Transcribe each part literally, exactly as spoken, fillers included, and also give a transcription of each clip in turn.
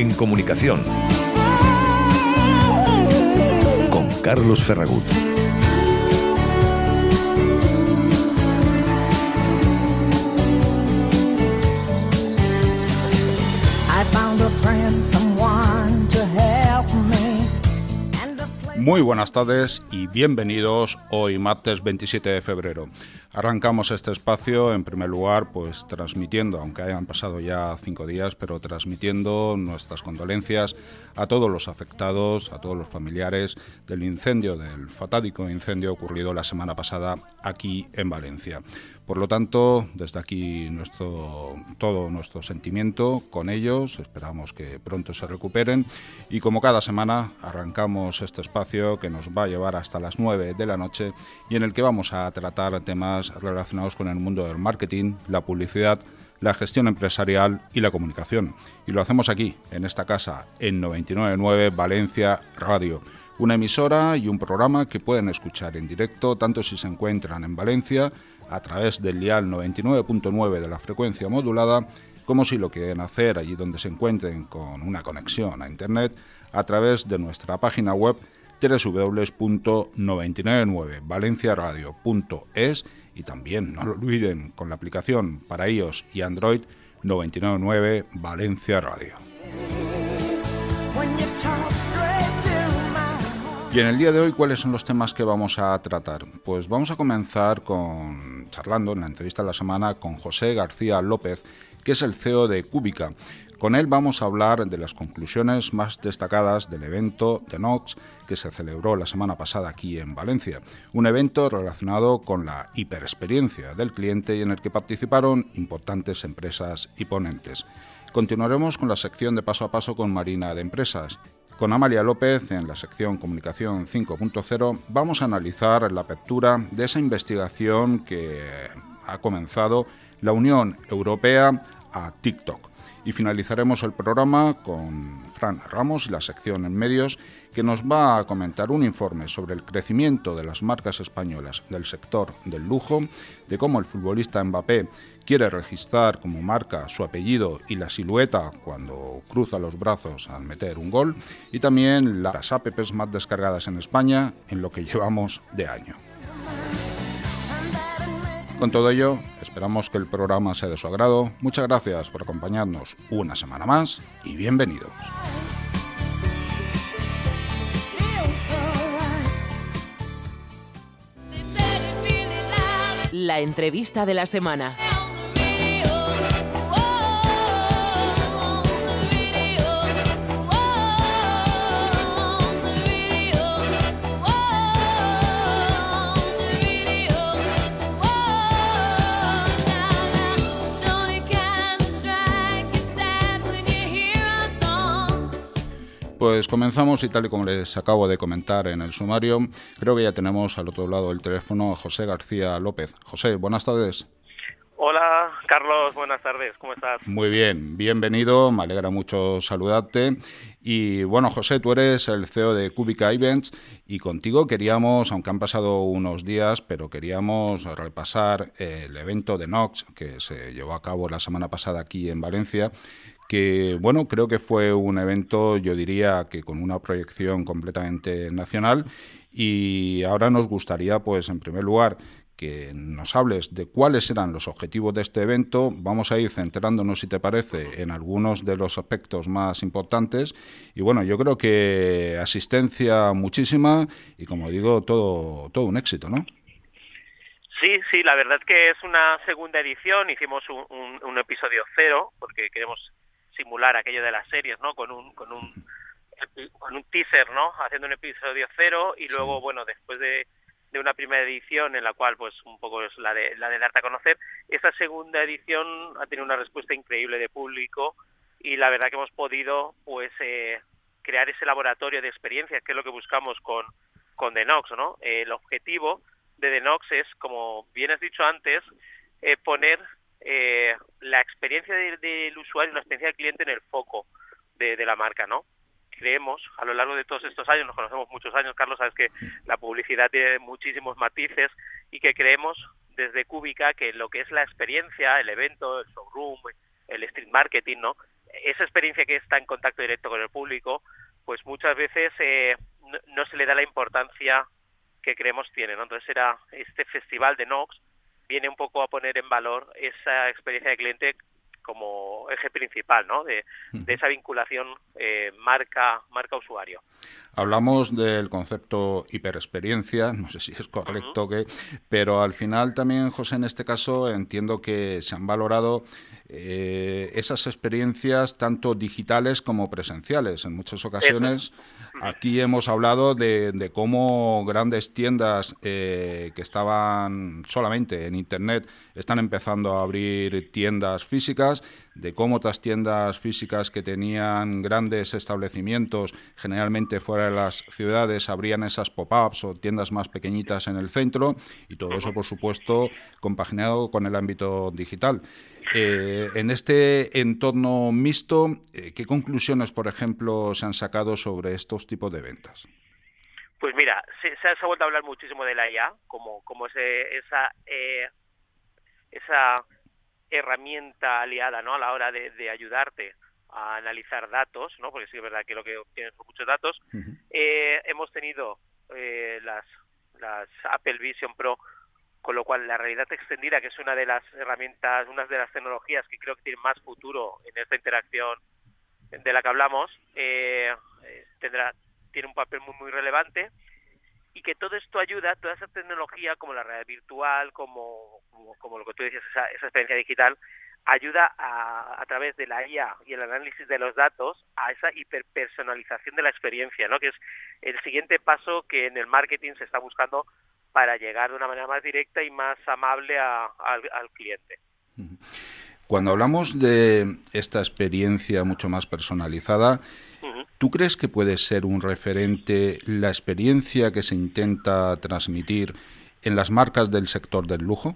en comunicación. Con Carlos Ferragut. Muy buenas tardes y bienvenidos hoy martes veintisiete de febrero. Arrancamos este espacio en primer lugar pues transmitiendo, aunque hayan pasado ya cinco días, pero transmitiendo nuestras condolencias a todos los afectados, a todos los familiares del incendio, del fatídico incendio ocurrido la semana pasada aquí en Valencia. Por lo tanto, desde aquí nuestro, todo nuestro sentimiento con ellos, esperamos que pronto se recuperen y como cada semana arrancamos este espacio que nos va a llevar hasta las nueve de la noche y en el que vamos a tratar temas relacionados con el mundo del marketing, la publicidad, la gestión empresarial y la comunicación. Y lo hacemos aquí, en esta casa, en noventa y nueve punto nueve Valencia Radio. Una emisora y un programa que pueden escuchar en directo tanto si se encuentran en Valencia a través del dial noventa y nueve punto nueve de la frecuencia modulada, como si lo quieren hacer allí donde se encuentren con una conexión a internet a través de nuestra página web doble u doble u doble u punto noventa y nueve punto nueve valenciaradio punto es y también no lo olviden con la aplicación para iOS y Android noventa y nueve punto nueve Valencia Radio. Y en el día de hoy, ¿cuáles son los temas que vamos a tratar? Pues vamos a comenzar con charlando en la entrevista de la semana con José García López, que es el C E O de Cúbica. Con él vamos a hablar de las conclusiones más destacadas del evento de Knox que se celebró la semana pasada aquí en Valencia. Un evento relacionado con la hiperexperiencia del cliente y en el que participaron importantes empresas y ponentes. Continuaremos con la sección de Paso a Paso con Marina de Empresas. Con Amalia López, en la sección Comunicación cinco punto cero, vamos a analizar la apertura de esa investigación que ha comenzado la Unión Europea a TikTok. Y finalizaremos el programa con Fran Ramos y la sección en medios, que nos va a comentar un informe sobre el crecimiento de las marcas españolas del sector del lujo, de cómo el futbolista Mbappé quiere registrar como marca su apellido y la silueta cuando cruza los brazos al meter un gol, y también las apps más descargadas en España en lo que llevamos de año. Con todo ello, esperamos que el programa sea de su agrado. Muchas gracias por acompañarnos una semana más y bienvenidos. La entrevista de la semana. Pues comenzamos y tal y como les acabo de comentar en el sumario, creo que ya tenemos al otro lado del teléfono a José García López. José, buenas tardes. Hola, Carlos, buenas tardes, ¿cómo estás? Muy bien, bienvenido, me alegra mucho saludarte. Y bueno, José, tú eres el C E O de Cúbica Events y contigo queríamos, aunque han pasado unos días, pero queríamos repasar el evento de Knox que se llevó a cabo la semana pasada aquí en Valencia, que bueno, creo que fue un evento, yo diría que con una proyección completamente nacional, y ahora nos gustaría, pues en primer lugar, que nos hables de cuáles eran los objetivos de este evento. Vamos a ir centrándonos, si te parece, en algunos de los aspectos más importantes. Y bueno, yo creo que asistencia muchísima y, como digo, todo, todo un éxito, ¿no? Sí, sí, la verdad es que es una segunda edición. Hicimos un, un, un episodio cero porque queremos simular aquello de las series, ¿no? Con un, con un, con un teaser, ¿no? Haciendo un episodio cero y luego, sí. bueno, después de de una primera edición en la cual pues un poco es la de la de darte a conocer, esta segunda edición ha tenido una respuesta increíble de público y la verdad que hemos podido pues eh, crear ese laboratorio de experiencias que es lo que buscamos con con The Knox, ¿no? Eh, el objetivo de The Knox es, como bien has dicho antes, eh, poner eh, la experiencia de, del usuario, la experiencia del cliente en el foco de, de la marca, ¿no? Creemos, a lo largo de todos estos años, nos conocemos muchos años, Carlos, sabes que la publicidad tiene muchísimos matices y que creemos desde Cúbica que lo que es la experiencia, el evento, el showroom, el street marketing, ¿no? esa experiencia que está en contacto directo con el público, pues muchas veces eh, no, no se le da la importancia que creemos tiene, ¿no? Entonces era este festival de Nox viene un poco a poner en valor esa experiencia de cliente como eje principal, ¿no? De, de esa vinculación eh, marca marca usuario. Hablamos del concepto hiperexperiencia, no sé si es correcto, uh-huh. que, pero al final también, José, en este caso entiendo que se han valorado eh, esas experiencias tanto digitales como presenciales. En muchas ocasiones uh-huh. aquí hemos hablado de, de cómo grandes tiendas eh, que estaban solamente en Internet están empezando a abrir tiendas físicas, de cómo otras tiendas físicas que tenían grandes establecimientos, generalmente fuera de las ciudades, abrían esas pop-ups o tiendas más pequeñitas en el centro, y todo eso, por supuesto, compaginado con el ámbito digital. Eh, en este entorno mixto, eh, ¿qué conclusiones, por ejemplo, se han sacado sobre estos tipos de ventas? Pues mira, se, se ha vuelto a hablar muchísimo de la I A, como, como ese, esa... Eh, esa herramienta aliada, ¿no? A la hora de, de ayudarte a analizar datos, ¿no? Porque sí es verdad que lo que obtienes son muchos datos. Uh-huh. Eh, hemos tenido eh, las, las Apple Vision Pro, con lo cual la realidad extendida, que es una de las herramientas, una de las tecnologías que creo que tiene más futuro en esta interacción de la que hablamos, eh, tendrá tiene un papel muy muy relevante. Y que todo esto ayuda, toda esa tecnología, como la realidad virtual, como, como, como lo que tú decías, esa, esa experiencia digital, ayuda a, a través de la I A y el análisis de los datos a esa hiperpersonalización de la experiencia, ¿no? Que es el siguiente paso que en el marketing se está buscando para llegar de una manera más directa y más amable a, a, al cliente. Cuando hablamos de esta experiencia mucho más personalizada, ¿tú crees que puede ser un referente la experiencia que se intenta transmitir en las marcas del sector del lujo?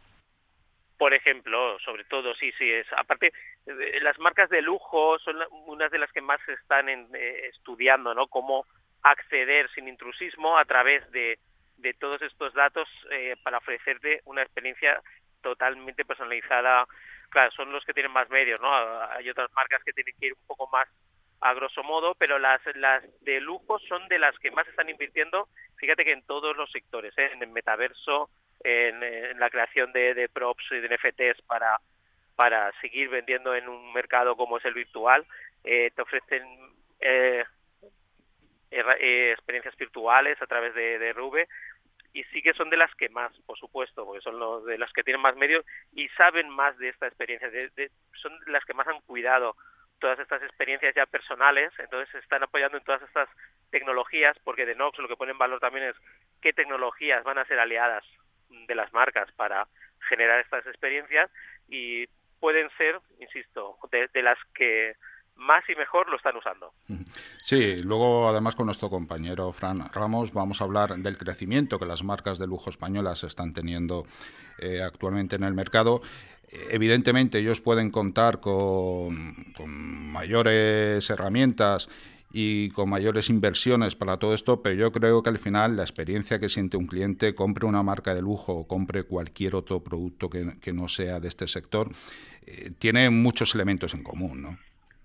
Por ejemplo, sobre todo, sí, sí. Es aparte, las marcas de lujo son unas de las que más se están en, eh, estudiando, ¿no? Cómo acceder sin intrusismo a través de, de todos estos datos eh, para ofrecerte una experiencia totalmente personalizada. Claro, son los que tienen más medios, ¿no? Hay otras marcas que tienen que ir un poco más a grosso modo, pero las las de lujo son de las que más están invirtiendo, fíjate que en todos los sectores, ¿eh? En el metaverso, en, en la creación de, de props y de N F Ts para para seguir vendiendo en un mercado como es el virtual, eh, te ofrecen eh, eh, experiencias virtuales a través de, de Rube, y sí que son de las que más, por supuesto, porque son los de las que tienen más medios y saben más de esta experiencia, de, de, son las que más han cuidado todas estas experiencias ya personales, entonces se están apoyando en todas estas tecnologías, porque de Nox lo que pone en valor también es qué tecnologías van a ser aliadas de las marcas para generar estas experiencias, y pueden ser, insisto, de, de las que más y mejor lo están usando. Sí, luego además con nuestro compañero Fran Ramos vamos a hablar del crecimiento que las marcas de lujo españolas están teniendo eh, actualmente en el mercado. Evidentemente ellos pueden contar con, con mayores herramientas y con mayores inversiones para todo esto, pero yo creo que al final la experiencia que siente un cliente, compre una marca de lujo o compre cualquier otro producto que, que no sea de este sector, eh, tiene muchos elementos en común, ¿no?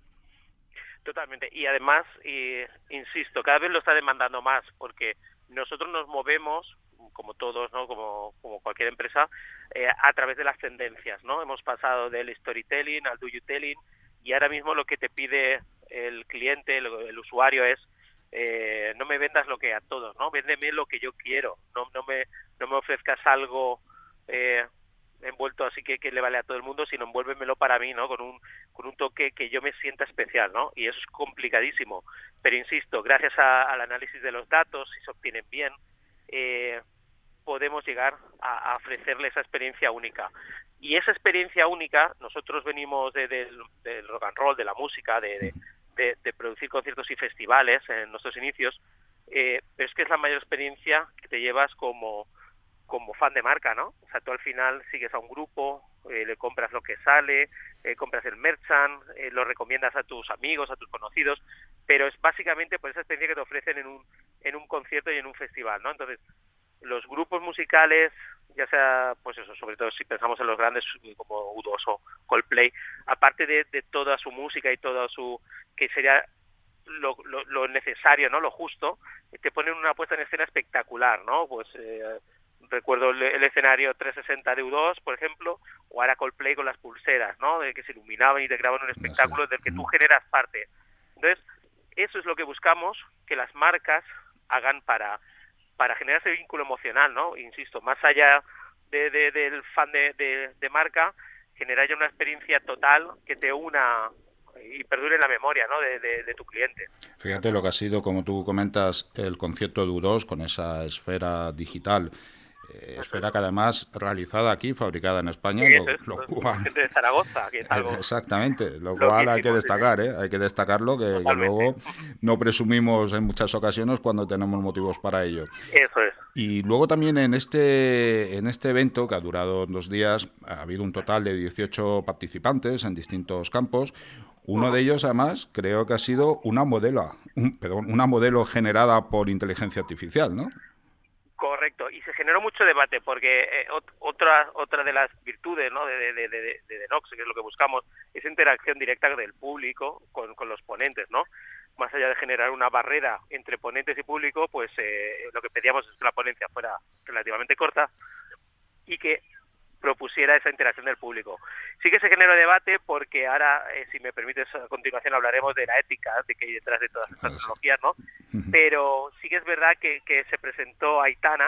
Totalmente. Y además, eh, insisto, cada vez lo está demandando más, porque nosotros nos movemos, como todos, ¿no? Como, como cualquier empresa, eh, a través de las tendencias, ¿no? Hemos pasado del storytelling al do you telling, y ahora mismo lo que te pide el cliente, el, el usuario es eh, no me vendas lo que a todos, ¿no? Véndeme lo que yo quiero, no, no me no me ofrezcas algo eh, envuelto así que, que le vale a todo el mundo, sino envuélvemelo para mí, ¿no? Con un con un toque que yo me sienta especial, ¿no? Y eso es complicadísimo, pero insisto, gracias a, al análisis de los datos, si se obtienen bien, eh, podemos llegar a, a ofrecerle esa experiencia única. Y esa experiencia única, nosotros venimos de, de, del rock and roll, de la música, de, de, de, de producir conciertos y festivales en nuestros inicios, eh, pero es que es la mayor experiencia que te llevas como como fan de marca, ¿no? O sea, tú al final sigues a un grupo, eh, le compras lo que sale, eh, compras el merchant, eh, lo recomiendas a tus amigos, a tus conocidos, pero es básicamente por esa experiencia que te ofrecen en un en un concierto y en un festival, ¿no? Entonces, los grupos musicales, ya sea, pues eso, sobre todo si pensamos en los grandes como U dos o Coldplay, aparte de, de toda su música y todo su, que sería lo, lo, lo necesario, ¿no? Lo justo, te ponen una puesta en escena espectacular, ¿no? Pues eh, recuerdo el, el escenario trescientos sesenta de U dos, por ejemplo, o ahora Coldplay con las pulseras, ¿no? De que se iluminaban y te graban un espectáculo del que tú generas parte. Entonces, eso es lo que buscamos, que las marcas hagan para, para generar ese vínculo emocional, ¿no? Insisto, más allá de, de, del fan de, de, de marca, generar ya una experiencia total que te una y perdure en la memoria, ¿no? de, de, de tu cliente. Fíjate lo que ha sido, como tú comentas, el concierto de U dos con esa esfera digital. Eh, esfera que además realizada aquí, fabricada en España, Sí, lo, es, lo es, cual... de Zaragoza, que es algo... Exactamente, lo cual hay que destacar, ¿eh? Hay que destacarlo, que, que luego no presumimos en muchas ocasiones cuando tenemos motivos para ello. Eso es. Y luego también en este, en este evento, que ha durado dos días, ha habido un total de dieciocho participantes en distintos campos. Uno de ellos, además, creo que ha sido una modelo, un, perdón, una modelo generada por inteligencia artificial, ¿no? Correcto, y se generó mucho debate porque eh, ot otra otra de las virtudes, ¿no? de, de, de, de, de Denox, que es lo que buscamos, esa interacción directa del público con, con los ponentes, ¿no? Más allá de generar una barrera entre ponentes y público, pues eh, lo que pedíamos es que la ponencia fuera relativamente corta y que propusiera esa interacción del público. Sí que se generó debate porque ahora, eh, si me permites, a continuación hablaremos de la ética de que hay detrás de todas estas tecnologías, ¿no? Pero sí que es verdad que, que se presentó Aitana,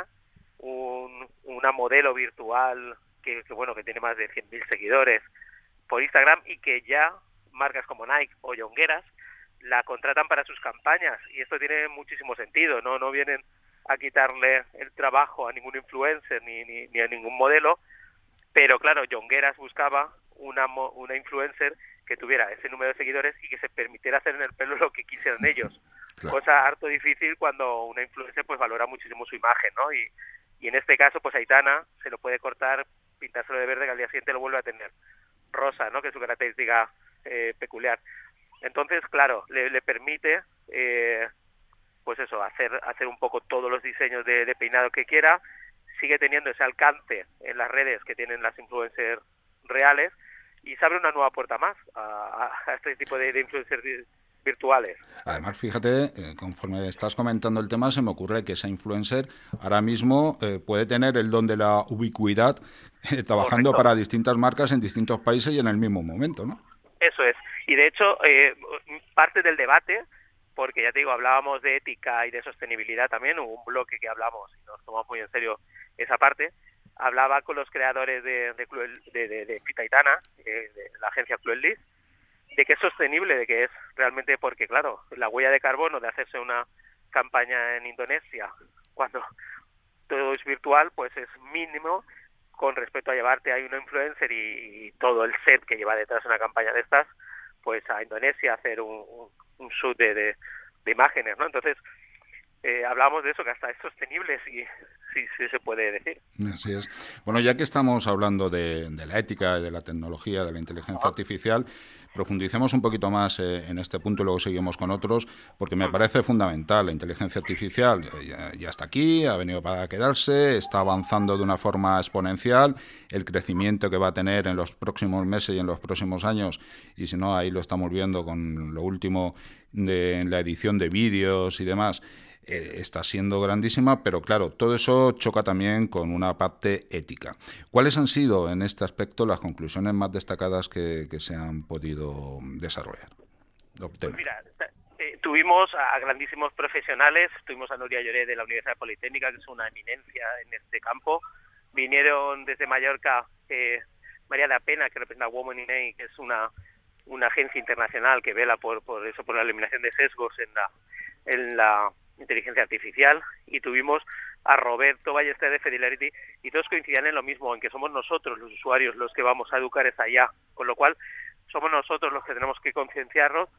un, una modelo virtual que, que, bueno, que tiene más de cien mil seguidores por Instagram y que ya marcas como Nike o Jongueras la contratan para sus campañas, y esto tiene muchísimo sentido, ¿no? No vienen a quitarle el trabajo a ningún influencer ni, ni, ni a ningún modelo. Pero claro, Jongueras buscaba una, una influencer que tuviera ese número de seguidores y que se permitiera hacer en el pelo lo que quisieran ellos. Claro. Cosa harto difícil cuando una influencer pues valora muchísimo su imagen, ¿no? Y, y en este caso, pues Aitana se lo puede cortar, pintárselo de verde, que al día siguiente lo vuelve a tener rosa, ¿no? Que es su característica eh, peculiar. Entonces, claro, le, le permite, eh, pues eso, hacer hacer un poco todos los diseños de, de peinado que quiera. Sigue teniendo ese alcance en las redes que tienen las influencers reales y se abre una nueva puerta más a, a este tipo de, de influencers virtuales. Además, fíjate, eh, conforme estás comentando el tema, se me ocurre que esa influencer ahora mismo eh, puede tener el don de la ubicuidad eh, trabajando Correcto. Para distintas marcas en distintos países y en el mismo momento, ¿no? Eso es. Y de hecho, eh, parte del debate, porque ya te digo, hablábamos de ética y de sostenibilidad también, hubo un bloque que hablamos y nos tomamos muy en serio esa parte. Hablaba con los creadores de de, de, de, de Fit Aitana, eh, de la agencia Fluently, de que es sostenible, de que es realmente porque, claro, la huella de carbono de hacerse una campaña en Indonesia cuando todo es virtual, pues es mínimo con respecto a llevarte a una influencer y, y todo el set que lleva detrás una campaña de estas, pues a Indonesia hacer un, un, un shoot de, de, de imágenes, ¿no? Entonces, eh, hablábamos de eso, que hasta es sostenible, si, si, si se puede decir. Así es. Bueno, ya que estamos hablando de, de la ética, de la tecnología, de la inteligencia uh-huh. artificial, profundicemos un poquito más eh, en este punto y luego seguimos con otros, porque me uh-huh. parece fundamental. La inteligencia artificial eh, ya, ya está aquí, ha venido para quedarse, está avanzando de una forma exponencial. El crecimiento que va a tener en los próximos meses y en los próximos años, y si no, ahí lo estamos viendo con lo último de la edición de vídeos y demás, Eh, está siendo grandísima, pero claro, todo eso choca también con una parte ética. ¿Cuáles han sido en este aspecto las conclusiones más destacadas que, que se han podido desarrollar? Pues mira, eh, tuvimos a grandísimos profesionales, tuvimos a Nuria Lloré de la Universidad Politécnica, que es una eminencia en este campo. Vinieron desde Mallorca eh, María da Pena, que representa a Women in A I, que es una una agencia internacional que vela por por eso, por la eliminación de sesgos en la en la inteligencia artificial, y tuvimos a Roberto Ballester de Fidelity, y todos coincidían en lo mismo, en que somos nosotros los usuarios los que vamos a educar esa I A, con lo cual somos nosotros los que tenemos que concienciarnos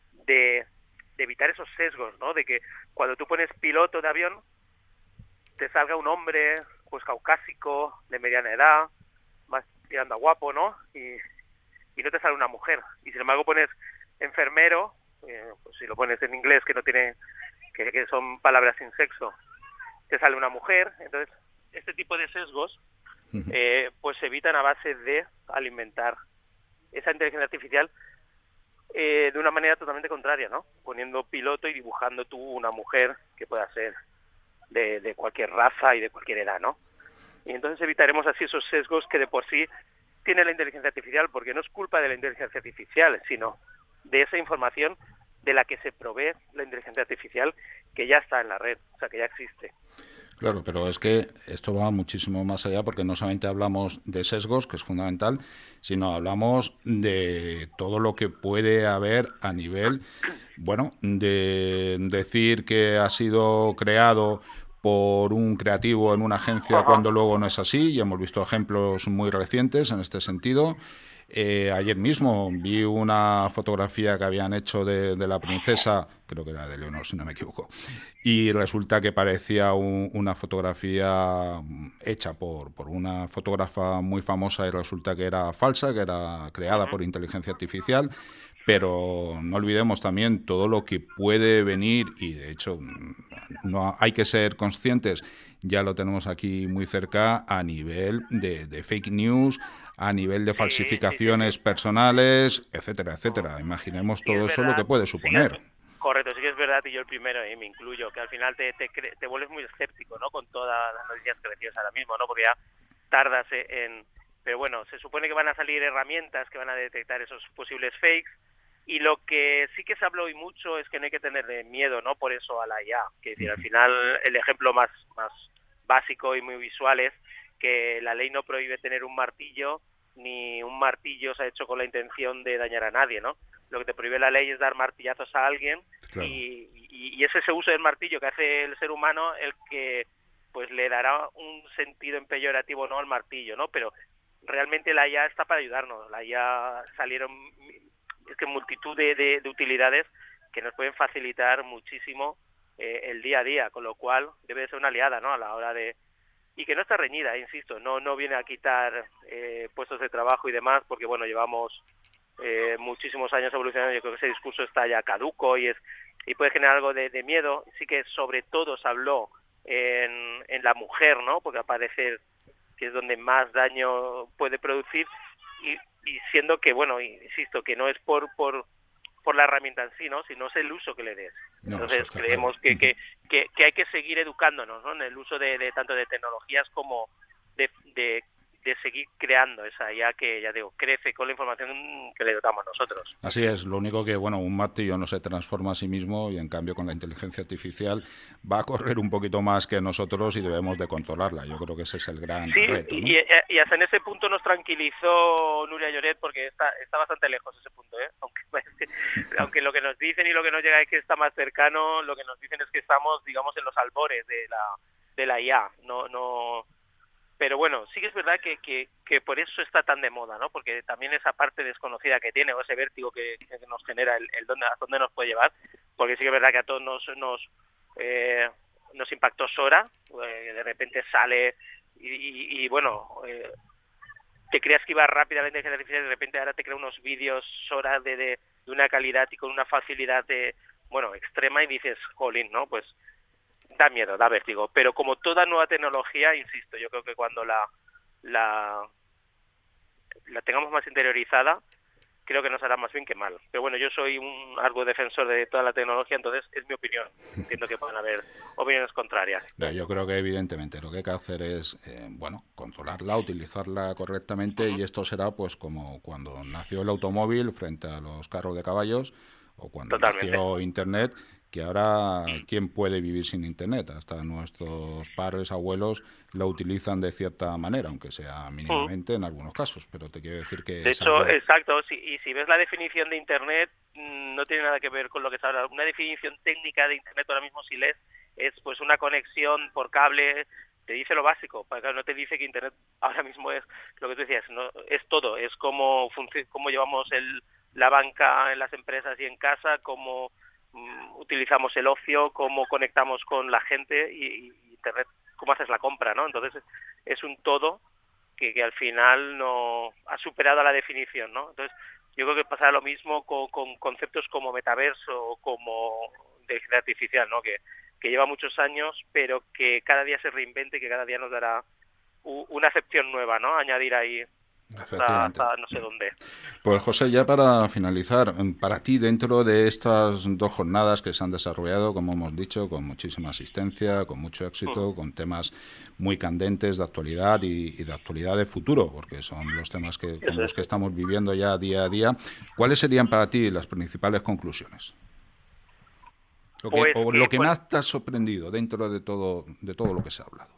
de, de evitar esos sesgos, ¿no? De que cuando tú pones piloto de avión te salga un hombre pues caucásico, de mediana edad, más tirando a guapo, ¿no? Y, y no te sale una mujer, y sin embargo pones enfermero, eh, pues si lo pones en inglés, que no tiene Que, que son palabras sin sexo, te sale una mujer. Entonces, este tipo de sesgos uh-huh. eh, pues se evitan a base de alimentar esa inteligencia artificial eh, de una manera totalmente contraria, ¿no? Poniendo piloto y dibujando tú una mujer que pueda ser de, de cualquier raza y de cualquier edad, ¿no? Y entonces evitaremos así esos sesgos que de por sí tiene la inteligencia artificial, porque no es culpa de la inteligencia artificial, sino de esa información de la que se provee la inteligencia artificial, que ya está en la red, o sea, que ya existe. Claro, pero es que esto va muchísimo más allá, porque no solamente hablamos de sesgos, que es fundamental, sino hablamos de todo lo que puede haber a nivel, bueno, de decir que ha sido creado por un creativo en una agencia Ajá. cuando luego no es así, y hemos visto ejemplos muy recientes en este sentido. Eh, ayer mismo vi una fotografía que habían hecho de, de la princesa, creo que era de Leonor, si no me equivoco, y resulta que parecía un, una fotografía hecha por, por una fotógrafa muy famosa y resulta que era falsa, que era creada por inteligencia artificial. Pero no olvidemos también todo lo que puede venir, y de hecho no hay que ser conscientes, ya lo tenemos aquí muy cerca, a nivel de, de fake news, a nivel de falsificaciones sí, sí, sí. personales, etcétera, etcétera. Imaginemos sí, todo eso verdad. Lo que puede suponer. Sí, correcto, sí que es verdad, y yo el primero, y me incluyo, que al final te, te, te vuelves muy escéptico, ¿no? Con todas las noticias que recibes ahora mismo, ¿no? Porque ya tardas en... Pero bueno, se supone que van a salir herramientas que van a detectar esos posibles fakes, y lo que sí que se habló hoy mucho es que no hay que tenerle miedo, ¿no? Por eso a la I A, que es decir, al final el ejemplo más, más básico y muy visual es que la ley no prohíbe tener un martillo, ni un martillo se ha hecho con la intención de dañar a nadie, ¿no? Lo que te prohíbe la ley es dar martillazos a alguien, claro. y, y, y es ese uso del martillo que hace el ser humano el que pues le dará un sentido empeyorativo, ¿no?, al martillo, ¿no? Pero realmente la I A está para ayudarnos. La I A salieron es que multitud de, de, de utilidades que nos pueden facilitar muchísimo eh, el día a día, con lo cual debe de ser una aliada, ¿no?, a la hora de... Y que no está reñida, insisto, no no viene a quitar eh, puestos de trabajo y demás, porque bueno, llevamos eh, muchísimos años evolucionando. Yo creo que ese discurso está ya caduco y es y puede generar algo de, de miedo. Sí que sobre todo se habló en, en la mujer, ¿no?, porque al parecer que es donde más daño puede producir, y, y siendo que, bueno, insisto, que no es por por por la herramienta en sí, ¿no?, sino es el uso que le des. No, entonces creemos claro. que, que, que, que hay que seguir educándonos, ¿no?, en el uso de, de tanto de tecnologías como de, de, de seguir creando esa I A que, ya digo, crece con la información que le dotamos nosotros. Así es, lo único que, bueno, un martillo no se transforma a sí mismo, y en cambio con la inteligencia artificial va a correr un poquito más que nosotros y debemos de controlarla. Yo creo que ese es el gran sí, reto, ¿no? y, y hasta en ese punto nos tranquilizó Nuria Lloret, porque está, está bastante lejos ese punto, ¿eh? Aunque, aunque lo que nos dicen y lo que nos llega es que está más cercano, lo que nos dicen es que estamos, digamos, en los albores de la de la I A, no no pero bueno, sí que es verdad que, que, que por eso está tan de moda, ¿no? Porque también esa parte desconocida que tiene, o ese vértigo que, que nos genera, el, el dónde, a dónde nos puede llevar, porque sí que es verdad que a todos nos nos, eh, nos impactó Sora, eh, de repente sale y, y, y bueno, eh, te creas que iba rápida la inteligencia artificial y de repente ahora te crea unos vídeos Sora de, de, de una calidad y con una facilidad de, bueno, extrema, y dices, jolín, ¿no? Pues da miedo, da vértigo, pero como toda nueva tecnología, insisto, yo creo que cuando la la, la tengamos más interiorizada, creo que nos hará más bien que mal. Pero bueno, yo soy un arduo defensor de toda la tecnología, entonces es mi opinión. Entiendo que pueden haber opiniones contrarias. Yo creo que evidentemente lo que hay que hacer es, eh, bueno, controlarla, utilizarla correctamente, uh-huh. y esto será pues como cuando nació el automóvil frente a los carros de caballos, o cuando Totalmente. nació Internet, que ahora, ¿quién puede vivir sin Internet? Hasta nuestros padres, abuelos la utilizan de cierta manera, aunque sea mínimamente en algunos casos, pero te quiero decir que... De hecho, algo... exacto, si, y si ves la definición de Internet, no tiene nada que ver con lo que se habla. Una definición técnica de Internet ahora mismo, si lees, es pues una conexión por cable, te dice lo básico, porque no te dice que Internet ahora mismo es lo que tú decías, no es todo, es cómo, func- cómo llevamos el, la banca en las empresas y en casa, cómo utilizamos el ocio, cómo conectamos con la gente, y, y Internet, cómo haces la compra, ¿no? Entonces es un todo que, que al final no ha superado la definición, ¿no? Entonces yo creo que pasará lo mismo con, con conceptos como metaverso o como inteligencia artificial, ¿no? Que, que lleva muchos años, pero que cada día se reinvente y que cada día nos dará u, una acepción nueva, ¿no? Añadir ahí hasta, hasta no sé dónde. Pues José, ya para finalizar, para ti dentro de estas dos jornadas que se han desarrollado, como hemos dicho, con muchísima asistencia, con mucho éxito, uh-huh. con temas muy candentes de actualidad y, y de actualidad de futuro, porque son los temas que, con los que estamos viviendo ya día a día, ¿cuáles serían para ti las principales conclusiones? Lo que, pues, o lo que pues, más te ha sorprendido dentro de todo, de todo lo que se ha hablado.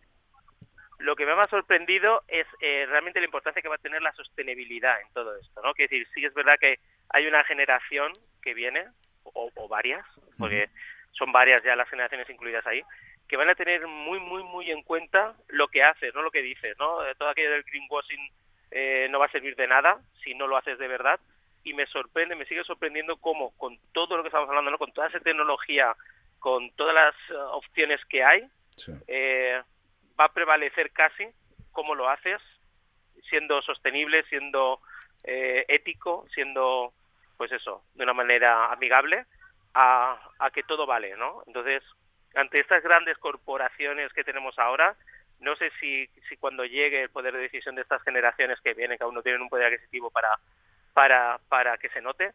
Lo que me ha sorprendido es eh, realmente la importancia que va a tener la sostenibilidad en todo esto, ¿no? Que es decir, sí es verdad que hay una generación que viene, o, o varias, porque uh-huh. son varias ya las generaciones incluidas ahí, que van a tener muy, muy, muy en cuenta lo que haces, no lo que dices, ¿no? Todo aquello del greenwashing eh, no va a servir de nada si no lo haces de verdad, y me sorprende, me sigue sorprendiendo cómo con todo lo que estamos hablando, ¿no? Con toda esa tecnología, con todas las uh, opciones que hay, sí. eh, va a prevalecer casi cómo lo haces, siendo sostenible, siendo eh, ético, siendo, pues eso, de una manera amigable, a, a que todo vale, ¿no? Entonces, ante estas grandes corporaciones que tenemos ahora, no sé si, si cuando llegue el poder de decisión de estas generaciones que vienen, que aún no tienen un poder adquisitivo para, para, para que se note,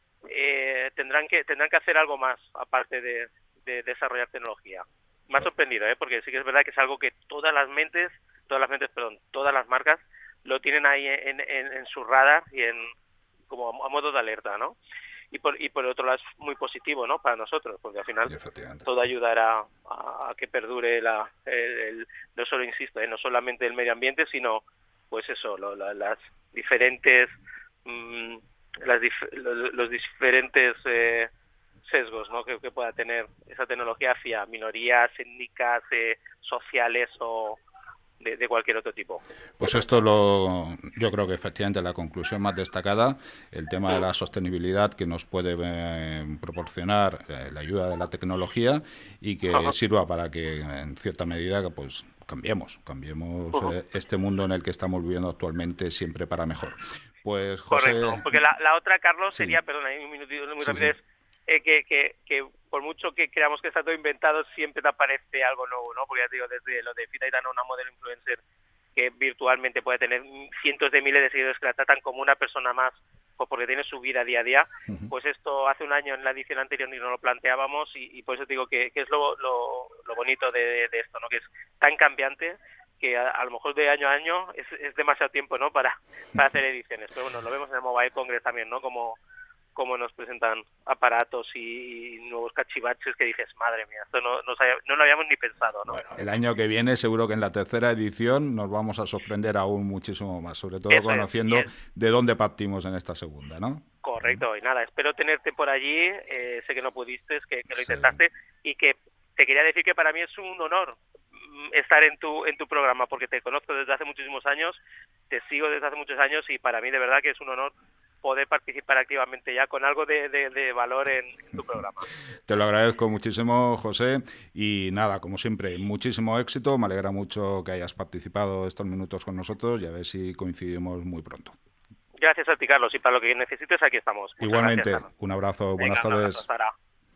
eh, tendrán que tendrán que hacer algo más, aparte de, de desarrollar tecnología. Me ha sorprendido, ¿eh? Porque sí que es verdad que es algo que todas las mentes, todas las mentes, perdón, todas las marcas lo tienen ahí en, en, en su radar y en como a modo de alerta, ¿no? Y por y por otro lado es muy positivo, ¿no? Para nosotros, porque al final todo ayudará a, a que perdure la el, el, no solo insisto, ¿eh? no solamente el medio ambiente, sino pues eso, lo, la, las diferentes mmm, las dif, los, los diferentes eh, sesgos, ¿no? que, que pueda tener esa tecnología hacia minorías étnicas, eh, sociales o de, de cualquier otro tipo. Pues esto lo, yo creo que efectivamente la conclusión más destacada, el tema de la sostenibilidad que nos puede eh, proporcionar eh, la ayuda de la tecnología y que Ajá. sirva para que en cierta medida pues cambiemos, cambiemos eh, este mundo en el que estamos viviendo actualmente siempre para mejor. Pues José... Correcto, porque la, la otra, Carlos, sí. sería, perdona, un minutito muy sí, rápido, sí. es Eh, que, que, que por mucho que creamos que está todo inventado, siempre te aparece algo nuevo, ¿no? Porque ya te digo, desde lo de Fita Aitana, una modelo influencer que virtualmente puede tener cientos de miles de seguidores que la tratan como una persona más, pues porque tiene su vida día a día, uh-huh. pues esto hace un año en la edición anterior ni no lo planteábamos y, y por eso te digo que, que es lo, lo, lo bonito de, de esto, ¿no? Que es tan cambiante que a, a lo mejor de año a año es, es demasiado tiempo, ¿no? Para, para hacer ediciones. Pero bueno, lo vemos en el Mobile Congress también, ¿no? Como cómo nos presentan aparatos y, y nuevos cachivaches que dices, madre mía, esto no, no, no lo habíamos ni pensado, ¿no? Bueno, el año que viene seguro que en la tercera edición nos vamos a sorprender aún muchísimo más, sobre todo Eso conociendo es, de dónde partimos en esta segunda, ¿no? Correcto, y nada, espero tenerte por allí, eh, sé que no pudiste, que, que lo intentaste, sí. y que te quería decir que para mí es un honor estar en tu en tu programa, porque te conozco desde hace muchísimos años, te sigo desde hace muchos años y para mí de verdad que es un honor poder participar activamente ya con algo de, de, de valor en, en tu programa. Te lo agradezco muchísimo, José, y nada, como siempre, muchísimo éxito, me alegra mucho que hayas participado estos minutos con nosotros y a ver si coincidimos muy pronto. Gracias a ti, Carlos, y para lo que necesites aquí estamos. Muchas Igualmente, gracias, un abrazo, Venga, buenas tardes. Un abrazo,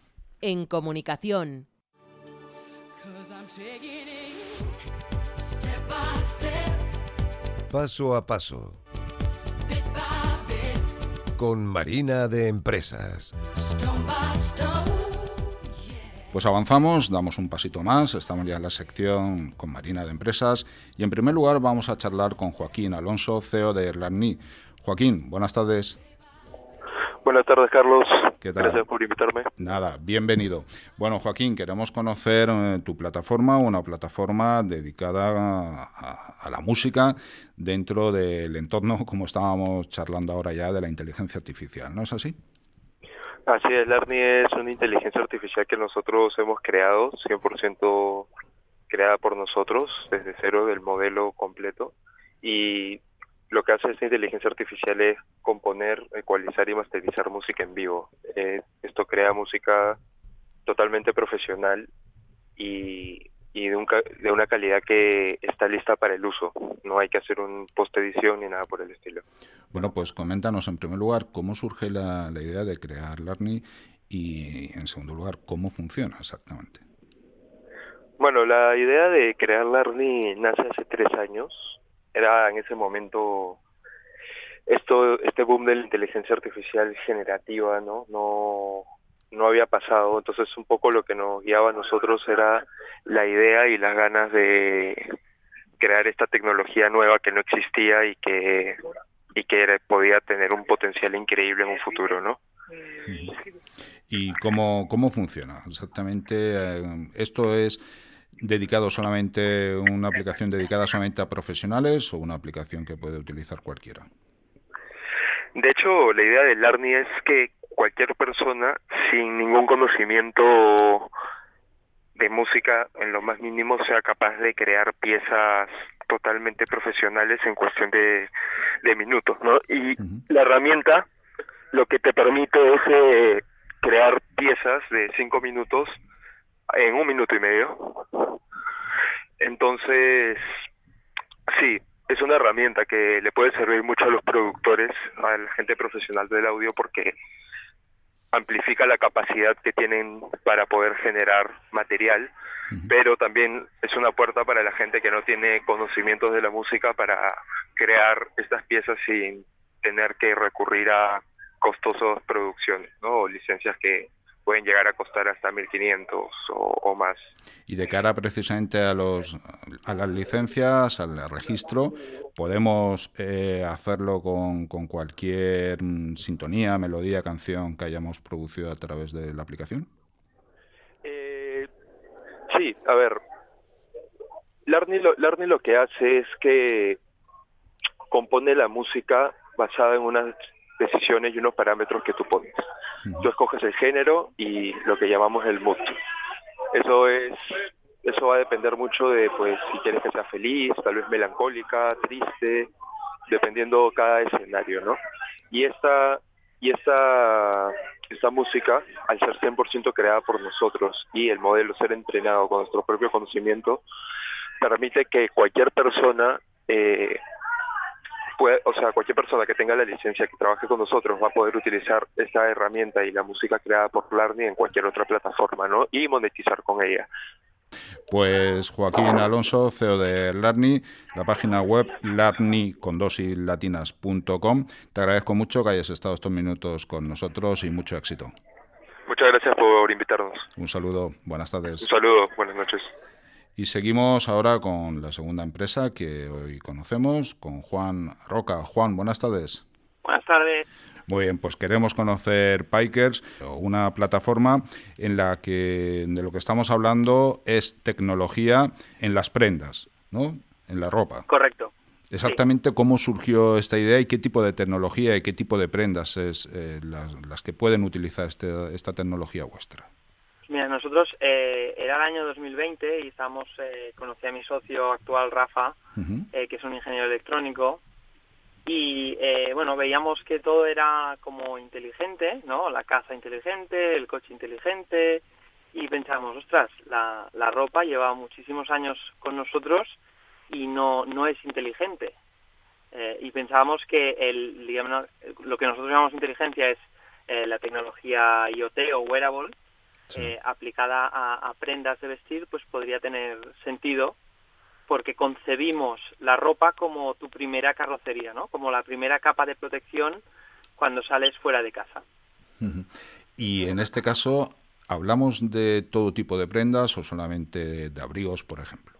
en comunicación. Paso a paso. Con Marina de Empresas. Pues avanzamos, damos un pasito más, estamos ya en la sección con Marina de Empresas y en primer lugar vamos a charlar con Joaquín Alonso, C E O de Learny. Joaquín, buenas tardes. Buenas tardes, Carlos. ¿Qué tal? Gracias por invitarme. Nada, bienvenido. Bueno, Joaquín, queremos conocer eh, tu plataforma, una plataforma dedicada a, a, a la música dentro del entorno, como estábamos charlando ahora ya, de la inteligencia artificial, ¿no es así? Así es, Learny es una inteligencia artificial que nosotros hemos creado, cien por ciento creada por nosotros, desde cero, del modelo completo, y lo que hace esta inteligencia artificial es componer, ecualizar y masterizar música en vivo. Eh, esto crea música totalmente profesional y, y de, un, de una calidad que está lista para el uso. No hay que hacer un post-edición ni nada por el estilo. Bueno, pues coméntanos en primer lugar cómo surge la, la idea de crear Learny y en segundo lugar cómo funciona exactamente. Bueno, la idea de crear Learny nace hace tres años. Era en ese momento esto, este boom de la inteligencia artificial generativa, ¿no? No, no había pasado. Entonces, un poco lo que nos guiaba a nosotros era la idea y las ganas de crear esta tecnología nueva que no existía y que y que era, podía tener un potencial increíble en un futuro, ¿no? ¿Y cómo, cómo funciona exactamente? Eh, ¿Esto es dedicado solamente, una aplicación dedicada solamente a profesionales o una aplicación que puede utilizar cualquiera? De hecho, la idea del Larni es que cualquier persona sin ningún conocimiento de música en lo más mínimo sea capaz de crear piezas totalmente profesionales en cuestión de, de minutos, ¿no? Y uh-huh. la herramienta lo que te permite es eh, crear piezas de cinco minutos en un minuto y medio. Entonces, sí, es una herramienta que le puede servir mucho a los productores, a la gente profesional del audio, porque amplifica la capacidad que tienen para poder generar material, uh-huh. pero también es una puerta para la gente que no tiene conocimientos de la música para crear estas piezas sin tener que recurrir a costosas producciones, ¿no? O licencias que pueden llegar a costar hasta mil quinientos o, o más. Y de cara precisamente a los a las licencias, al registro, ¿podemos eh, hacerlo con, con cualquier sintonía, melodía, canción que hayamos producido a través de la aplicación? Eh, sí, a ver, Larni lo, Larni lo que hace es que compone la música basada en unas decisiones y unos parámetros que tú pones. Tú escoges el género y lo que llamamos el mood. Eso es, eso va a depender mucho de, pues, si quieres que sea feliz, tal vez melancólica, triste, dependiendo cada escenario, ¿no? Y esta, y esta, esta música, al ser cien por ciento creada por nosotros y el modelo ser entrenado con nuestro propio conocimiento, permite que cualquier persona eh, Puede, o sea, cualquier persona que tenga la licencia que trabaje con nosotros va a poder utilizar esta herramienta y la música creada por Larni en cualquier otra plataforma, ¿no? Y monetizar con ella. Pues Joaquín Alonso, C E O de Larni, la página web larni con dos i latinas punto com. Te agradezco mucho que hayas estado estos minutos con nosotros y mucho éxito. Muchas gracias por invitarnos. Un saludo, buenas tardes. Un saludo, buenas noches. Y seguimos ahora con la segunda empresa que hoy conocemos, con Juan Roca. Juan, buenas tardes. Buenas tardes. Muy bien, pues queremos conocer Pikers, una plataforma en la que de lo que estamos hablando es tecnología en las prendas, ¿no? En la ropa. Correcto. Exactamente sí. ¿Cómo surgió esta idea y qué tipo de tecnología y qué tipo de prendas es eh, las, las que pueden utilizar este, esta tecnología vuestra? Mira, nosotros eh, era el año dos mil veinte y estábamos, eh, conocí a mi socio actual, Rafa, uh-huh. eh, que es un ingeniero electrónico, y eh, bueno, veíamos que todo era como inteligente, ¿no? La casa inteligente, el coche inteligente, y pensamos, ostras, la, la ropa lleva muchísimos años con nosotros y no, no es inteligente. Eh, y pensábamos que el, digamos, lo que nosotros llamamos inteligencia es eh, la tecnología IoT o wearable, Sí. Eh, aplicada a, a prendas de vestir, pues podría tener sentido, porque concebimos la ropa como tu primera carrocería, ¿no? Como la primera capa de protección cuando sales fuera de casa. Y en este caso, ¿hablamos de todo tipo de prendas o solamente de abrigos, por ejemplo?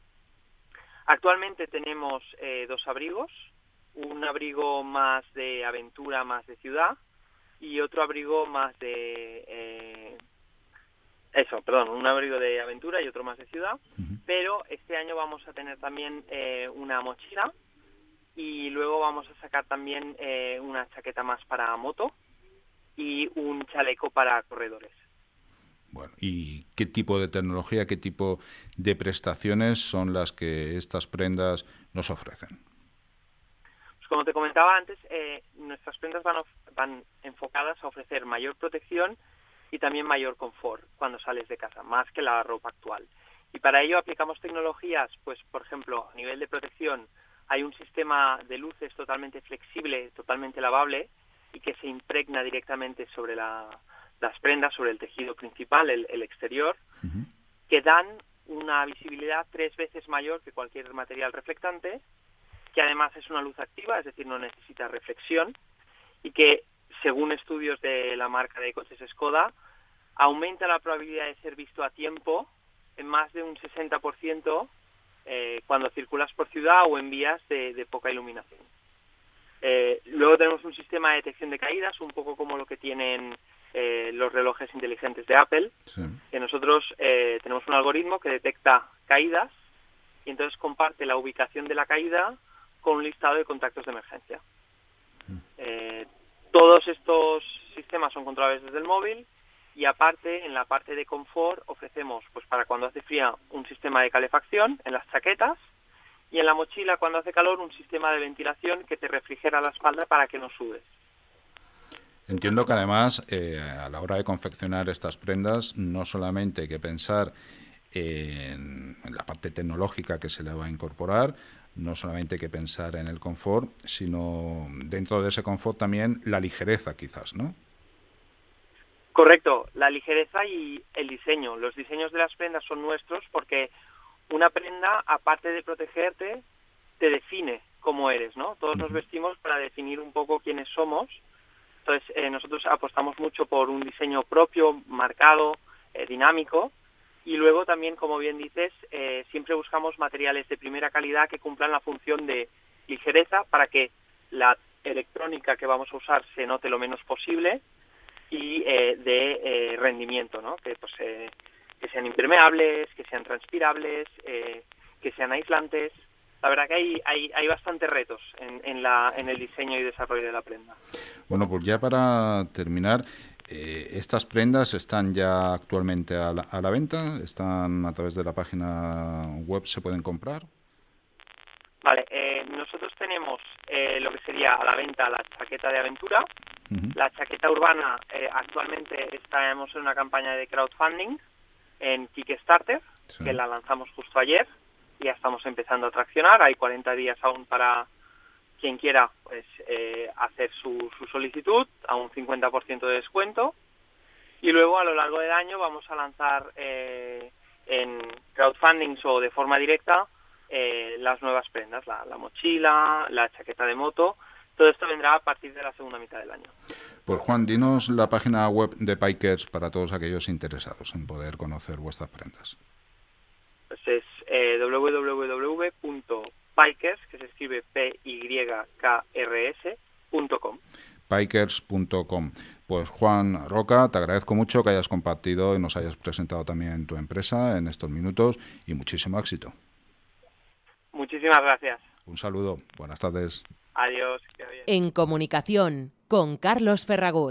Actualmente tenemos eh, dos abrigos, un abrigo más de aventura, más de ciudad, y otro abrigo más de... Eh, Eso, perdón, un abrigo de aventura y otro más de ciudad, uh-huh. pero este año vamos a tener también eh, una mochila y luego vamos a sacar también eh, una chaqueta más para moto y un chaleco para corredores. Bueno, ¿y qué tipo de tecnología, qué tipo de prestaciones son las que estas prendas nos ofrecen? Pues como te comentaba antes, eh, nuestras prendas van, of- van enfocadas a ofrecer mayor protección y también mayor confort cuando sales de casa, más que la ropa actual. Y para ello aplicamos tecnologías, pues por ejemplo, a nivel de protección, hay un sistema de luces totalmente flexible, totalmente lavable, y que se impregna directamente sobre la, las prendas, sobre el tejido principal, el, el exterior, uh-huh. que dan una visibilidad tres veces mayor que cualquier material reflectante, que además es una luz activa, es decir, no necesita reflexión, y que, según estudios de la marca de coches Skoda, aumenta la probabilidad de ser visto a tiempo en más de un sesenta por ciento eh, cuando circulas por ciudad o en vías de, de poca iluminación. Eh, luego tenemos un sistema de detección de caídas, un poco como lo que tienen eh, los relojes inteligentes de Apple, sí. que nosotros eh, tenemos un algoritmo que detecta caídas y entonces comparte la ubicación de la caída con un listado de contactos de emergencia. Mm. Eh, todos estos sistemas son controlables desde el móvil y aparte, en la parte de confort, ofrecemos, pues para cuando hace fría, un sistema de calefacción en las chaquetas y en la mochila, cuando hace calor, un sistema de ventilación que te refrigera la espalda para que no sudes. Entiendo que además, eh, a la hora de confeccionar estas prendas, no solamente hay que pensar en, en la parte tecnológica que se le va a incorporar, no solamente hay que pensar en el confort, sino dentro de ese confort también la ligereza quizás, ¿no? Correcto, la ligereza y el diseño. Los diseños de las prendas son nuestros porque una prenda, aparte de protegerte, te define cómo eres, ¿no? Todos nos vestimos para definir un poco quiénes somos. Entonces, eh, nosotros apostamos mucho por un diseño propio, marcado, eh, dinámico. Y luego también, como bien dices, eh, siempre buscamos materiales de primera calidad que cumplan la función de ligereza para que la electrónica que vamos a usar se note lo menos posible y eh, de eh, rendimiento, ¿no? Que pues eh, que sean impermeables, que sean transpirables, eh, que sean aislantes. La verdad que hay hay, hay bastantes retos en, en la en el diseño y desarrollo de la prenda. Bueno, pues ya para terminar, eh, estas prendas están ya actualmente a la, a la venta, están a través de la página web, ¿se pueden comprar? Vale, eh, nosotros tenemos eh, lo que sería a la venta la chaqueta de aventura. Uh-huh. La chaqueta urbana eh, actualmente estamos en una campaña de crowdfunding en Kickstarter, sí. que la lanzamos justo ayer y ya estamos empezando a traccionar. Hay cuarenta días aún para quien quiera pues eh, hacer su, su solicitud a un cincuenta por ciento de descuento y luego a lo largo del año vamos a lanzar eh, en crowdfunding o de forma directa eh, las nuevas prendas, la, la mochila, la chaqueta de moto. Todo esto vendrá a partir de la segunda mitad del año. Pues Juan, dinos la página web de Pikers para todos aquellos interesados en poder conocer vuestras prendas. Pues es eh, doble u doble u doble u punto pikers, que se escribe P Y K R S, punto com. Pikers punto com. Pues Juan Roca, te agradezco mucho que hayas compartido y nos hayas presentado también tu empresa en estos minutos y muchísimo éxito. Muchísimas gracias. Un saludo, buenas tardes. Adiós. Que bien. En comunicación con Carlos Ferragut.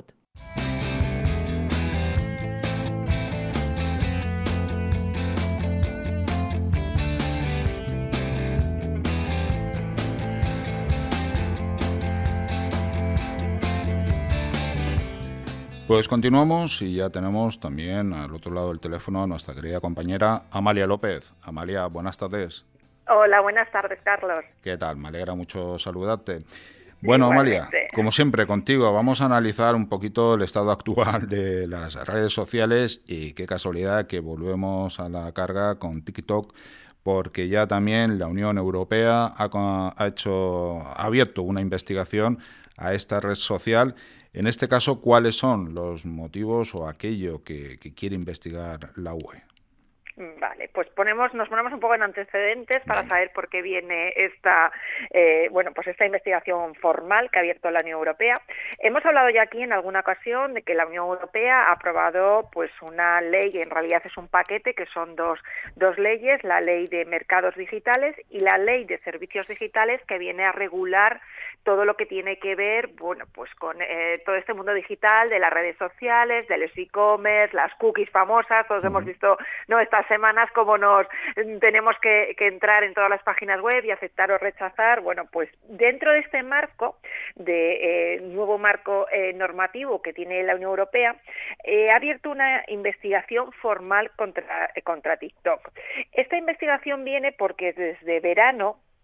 Pues continuamos y ya tenemos también al otro lado del teléfono a nuestra querida compañera Amalia López. Amalia, buenas tardes. Hola, buenas tardes, Carlos. ¿Qué tal? Me alegra mucho saludarte. Bueno, Igualmente. Amalia, como siempre contigo, vamos a analizar un poquito el estado actual de las redes sociales y qué casualidad que volvemos a la carga con TikTok, porque ya también la Unión Europea ha, ha hecho, ha abierto una investigación a esta red social. En este caso, ¿cuáles son los motivos o aquello que, que quiere investigar la U E? Vale, pues ponemos, nos ponemos un poco en antecedentes para vale. saber por qué viene esta, eh, bueno, pues esta investigación formal que ha abierto la Unión Europea. Hemos hablado ya aquí en alguna ocasión de que la Unión Europea ha aprobado, pues, una ley, en realidad es un paquete que son dos, dos leyes, la ley de mercados digitales y la ley de servicios digitales, que viene a regular todo lo que tiene que ver, bueno, pues con eh, todo este mundo digital de las redes sociales, de los e-commerce, las cookies famosas. Todos uh-huh. hemos visto, no, estas semanas como nos tenemos que, que entrar en todas las páginas web y aceptar o rechazar. Bueno, pues dentro de este marco, de eh, nuevo marco eh, normativo que tiene la Unión Europea, eh, ha abierto una investigación formal contra, eh, contra TikTok. Esta investigación viene porque desde verano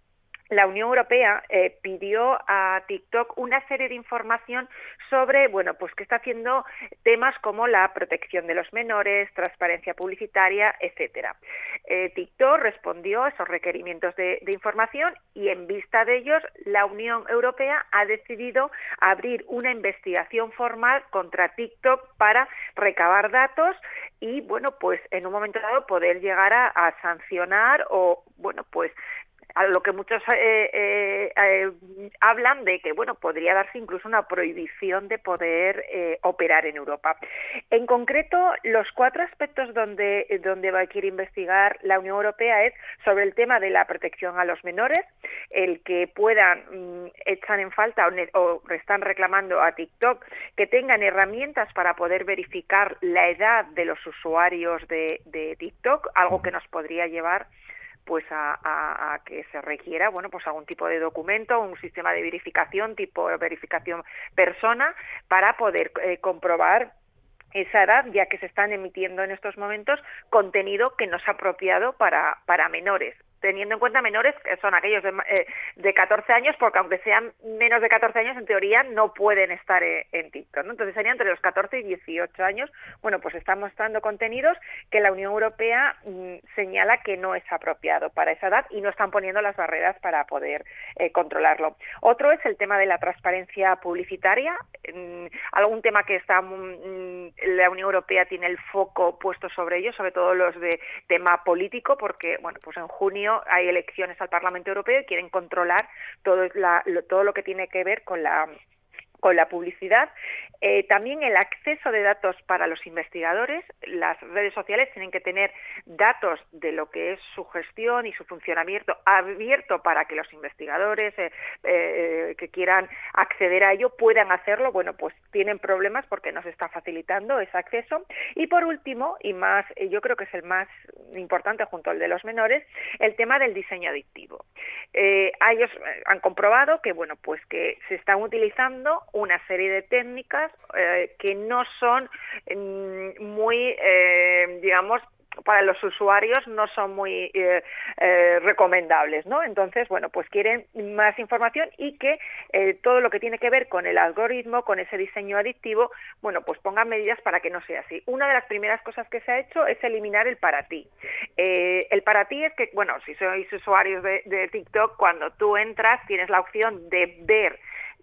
la Unión Europea eh, pidió a TikTok una serie de información sobre, bueno, pues que está haciendo temas como la protección de los menores, transparencia publicitaria, etcétera. Eh, TikTok respondió a esos requerimientos de, de información y en vista de ellos la Unión Europea ha decidido abrir una investigación formal contra TikTok para recabar datos y, bueno, pues en un momento dado poder llegar a, a sancionar o, bueno, pues a lo que muchos eh, eh, eh, hablan de que, bueno, podría darse incluso una prohibición de poder eh, operar en Europa. En concreto, los cuatro aspectos donde, donde va a querer investigar la Unión Europea es sobre el tema de la protección a los menores, el que puedan, mmm, echan en falta o, o están reclamando a TikTok que tengan herramientas para poder verificar la edad de los usuarios de, de TikTok, algo que nos podría llevar pues a, a, a que se requiera, bueno, pues algún tipo de documento, un sistema de verificación tipo verificación persona para poder eh, comprobar esa edad, ya que se están emitiendo en estos momentos contenido que no es apropiado para, para menores, teniendo en cuenta menores que son aquellos de, eh, de catorce años, porque aunque sean menos de catorce años, en teoría no pueden estar eh, en TikTok, ¿no? Entonces serían entre los catorce y dieciocho años. Bueno, pues están mostrando contenidos que la Unión Europea mmm, señala que no es apropiado para esa edad y no están poniendo las barreras para poder eh, controlarlo. Otro es el tema de la transparencia publicitaria, mmm, algún tema que está mmm, la Unión Europea tiene el foco puesto sobre ello, sobre todo los de tema político, porque, bueno, pues en junio hay elecciones al Parlamento Europeo y quieren controlar todo, la, lo, todo lo que tiene que ver con la con la publicidad. Eh, también el acceso de datos para los investigadores. Las redes sociales tienen que tener datos de lo que es su gestión y su funcionamiento abierto para que los investigadores eh, eh, que quieran acceder a ello puedan hacerlo. Bueno, pues tienen problemas porque no se está facilitando ese acceso. Y por último, y más, yo creo que es el más importante junto al de los menores, el tema del diseño adictivo. Eh, ellos han comprobado que, bueno, pues que se están utilizando una serie de técnicas eh, que no son eh, muy, eh, digamos, para los usuarios no son muy eh, eh, recomendables, ¿no? Entonces, bueno, pues quieren más información y que eh, todo lo que tiene que ver con el algoritmo, con ese diseño adictivo, bueno, pues pongan medidas para que no sea así. Una de las primeras cosas que se ha hecho es eliminar el para ti. Eh, el para ti es que, bueno, si sois usuarios de, de TikTok, cuando tú entras tienes la opción de ver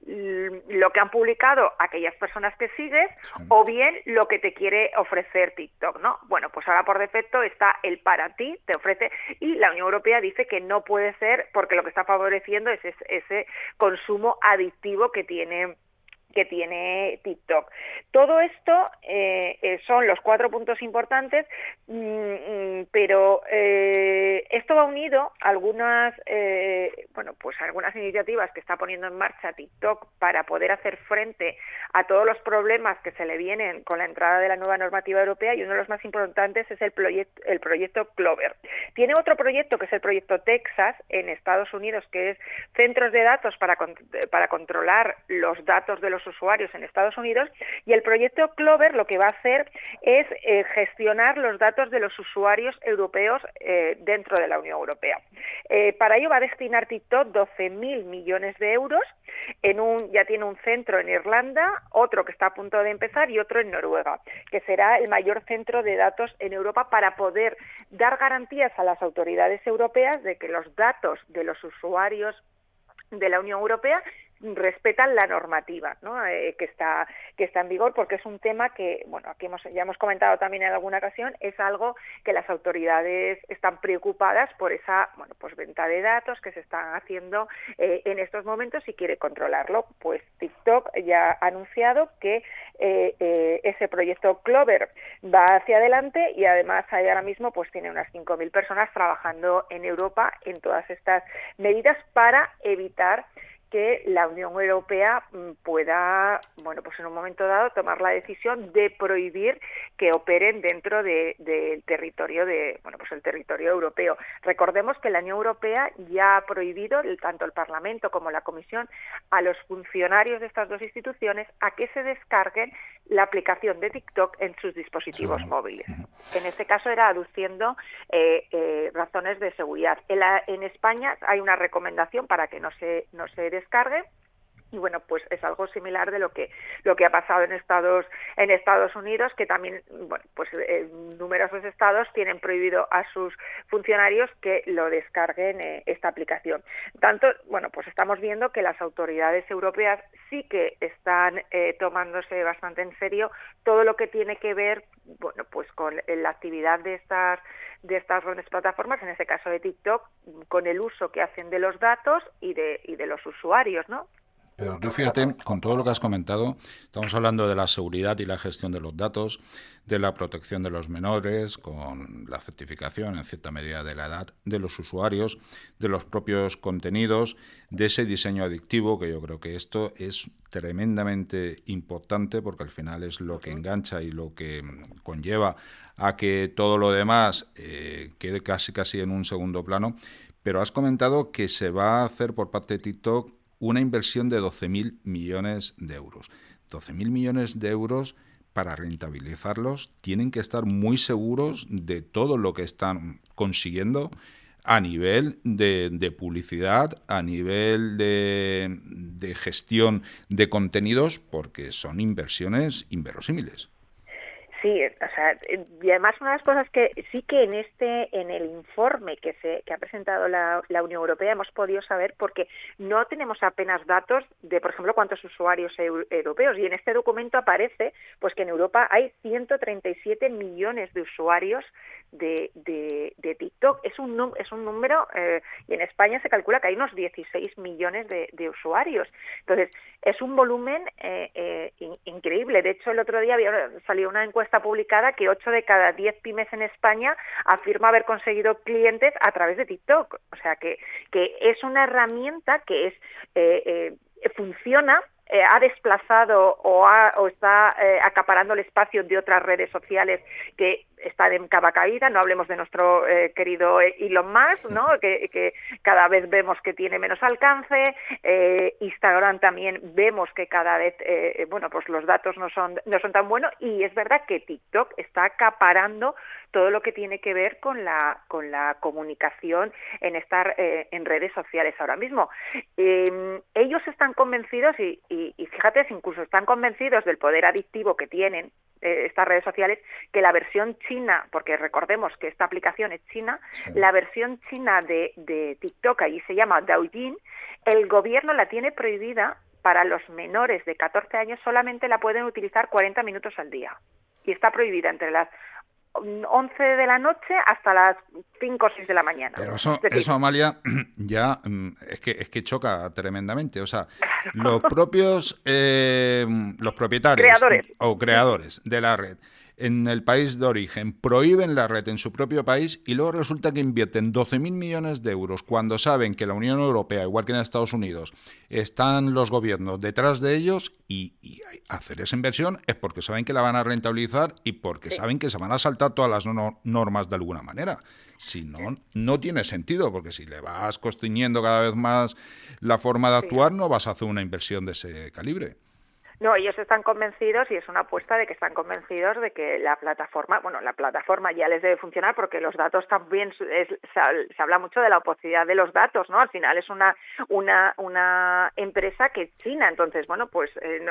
lo que han publicado aquellas personas que sigues, sí, o bien lo que te quiere ofrecer TikTok, ¿no? Bueno, pues ahora por defecto está el para ti, te ofrece, y la Unión Europea dice que no puede ser porque lo que está favoreciendo es ese, ese consumo adictivo que tiene que tiene TikTok. Todo esto eh, eh, son los cuatro puntos importantes, mmm, pero eh, esto va unido a algunas, eh, bueno, pues algunas iniciativas que está poniendo en marcha TikTok para poder hacer frente a todos los problemas que se le vienen con la entrada de la nueva normativa europea, y uno de los más importantes es el proyecto, el proyecto Clover. Tiene otro proyecto que es el proyecto Texas en Estados Unidos, que es centros de datos para, para controlar los datos de los usuarios en Estados Unidos, y el proyecto Clover lo que va a hacer es eh, gestionar los datos de los usuarios europeos eh, dentro de la Unión Europea. Eh, para ello va a destinar TikTok doce mil millones de euros, en un, ya tiene un centro en Irlanda, otro que está a punto de empezar y otro en Noruega, que será el mayor centro de datos en Europa para poder dar garantías a las autoridades europeas de que los datos de los usuarios de la Unión Europea respetan la normativa, ¿no? eh, que está que está en vigor, porque es un tema que, bueno, aquí hemos, ya hemos comentado también en alguna ocasión, es algo que las autoridades están preocupadas por esa, bueno, pues venta de datos que se están haciendo eh, en estos momentos y quiere controlarlo. Pues TikTok ya ha anunciado que eh, eh, ese proyecto Clover va hacia adelante, y además ahora mismo pues tiene unas cinco mil personas trabajando en Europa en todas estas medidas para evitar que la Unión Europea pueda, bueno, pues en un momento dado tomar la decisión de prohibir que operen dentro de, del territorio de, bueno, pues el territorio europeo. Recordemos que la Unión Europea ya ha prohibido, tanto el Parlamento como la Comisión, a los funcionarios de estas dos instituciones a que se descarguen la aplicación de TikTok en sus dispositivos sí. móviles. En este caso era aduciendo eh, eh, razones de seguridad. En, la, en España hay una recomendación para que no se no se descargue. Y bueno, pues es algo similar de lo que lo que ha pasado en Estados en Estados Unidos, que también, bueno, pues eh, numerosos estados tienen prohibido a sus funcionarios que lo descarguen eh, esta aplicación. Tanto, bueno, pues estamos viendo que las autoridades europeas sí que están eh, tomándose bastante en serio todo lo que tiene que ver, bueno, pues con la actividad de estas de estas grandes plataformas, en este caso de TikTok, con el uso que hacen de los datos y de y de los usuarios, ¿no? Pero tú fíjate, con todo lo que has comentado, estamos hablando de la seguridad y la gestión de los datos, de la protección de los menores, con la certificación en cierta medida de la edad de los usuarios, de los propios contenidos, de ese diseño adictivo, que yo creo que esto es tremendamente importante porque al final es lo que engancha y lo que conlleva a que todo lo demás eh, quede casi casi en un segundo plano. Pero has comentado que se va a hacer por parte de TikTok una inversión de doce mil millones de euros. doce mil millones de euros, para rentabilizarlos, tienen que estar muy seguros de todo lo que están consiguiendo a nivel de, de publicidad, a nivel de, de gestión de contenidos, porque son inversiones inverosímiles. Sí, o sea, y además una de las cosas que sí que en este, en el informe que se que ha presentado la, la Unión Europea hemos podido saber, porque no tenemos apenas datos de, por ejemplo, cuántos usuarios eu, europeos, y en este documento aparece pues que en Europa hay ciento treinta y siete millones de usuarios de, de, de TikTok. Es un es un número, eh, y en España se calcula que hay unos dieciséis millones de, de usuarios. Entonces, es un volumen eh, eh, in, increíble. De hecho, el otro día había salido una encuesta publicada que ocho de cada diez pymes en España afirma haber conseguido clientes a través de TikTok. O sea, que, que es una herramienta que es eh, eh, funciona, eh, ha desplazado o, ha, o está eh, acaparando el espacio de otras redes sociales que están en capa caída. No hablemos de nuestro eh, querido Elon Musk, ¿no? Que, que cada vez vemos que tiene menos alcance. eh, Instagram también vemos que cada vez eh, bueno, pues los datos no son no son tan buenos, y es verdad que TikTok está acaparando todo lo que tiene que ver con la con la comunicación en estar eh, en redes sociales ahora mismo. Eh, ellos están convencidos y, y, y fíjate, incluso están convencidos del poder adictivo que tienen eh, estas redes sociales, que la versión china, porque recordemos que esta aplicación es china, sí. La versión china de, de TikTok, allí se llama Douyin, el gobierno la tiene prohibida para los menores de catorce años, solamente la pueden utilizar cuarenta minutos al día, y está prohibida entre las once de la noche hasta las cinco o seis de la mañana. Pero eso, es decir, eso Amalia, ya es que es que choca tremendamente. O sea, claro. los propios eh, los propietarios creadores. o creadores de la red en el país de origen prohíben la red en su propio país, y luego resulta que invierten doce mil millones de euros cuando saben que la Unión Europea, igual que en Estados Unidos, están los gobiernos detrás de ellos, y, y hacer esa inversión es porque saben que la van a rentabilizar y porque sí. saben que se van a saltar todas las no, normas de alguna manera. Si no, no tiene sentido, porque si le vas constriñendo cada vez más la forma de actuar, no vas a hacer una inversión de ese calibre. No, ellos están convencidos, y es una apuesta de que están convencidos de que la plataforma, bueno, la plataforma ya les debe funcionar, porque los datos también, es, se, se habla mucho de la opacidad de los datos, ¿no? Al final es una una una empresa que es china, entonces, bueno, pues eh,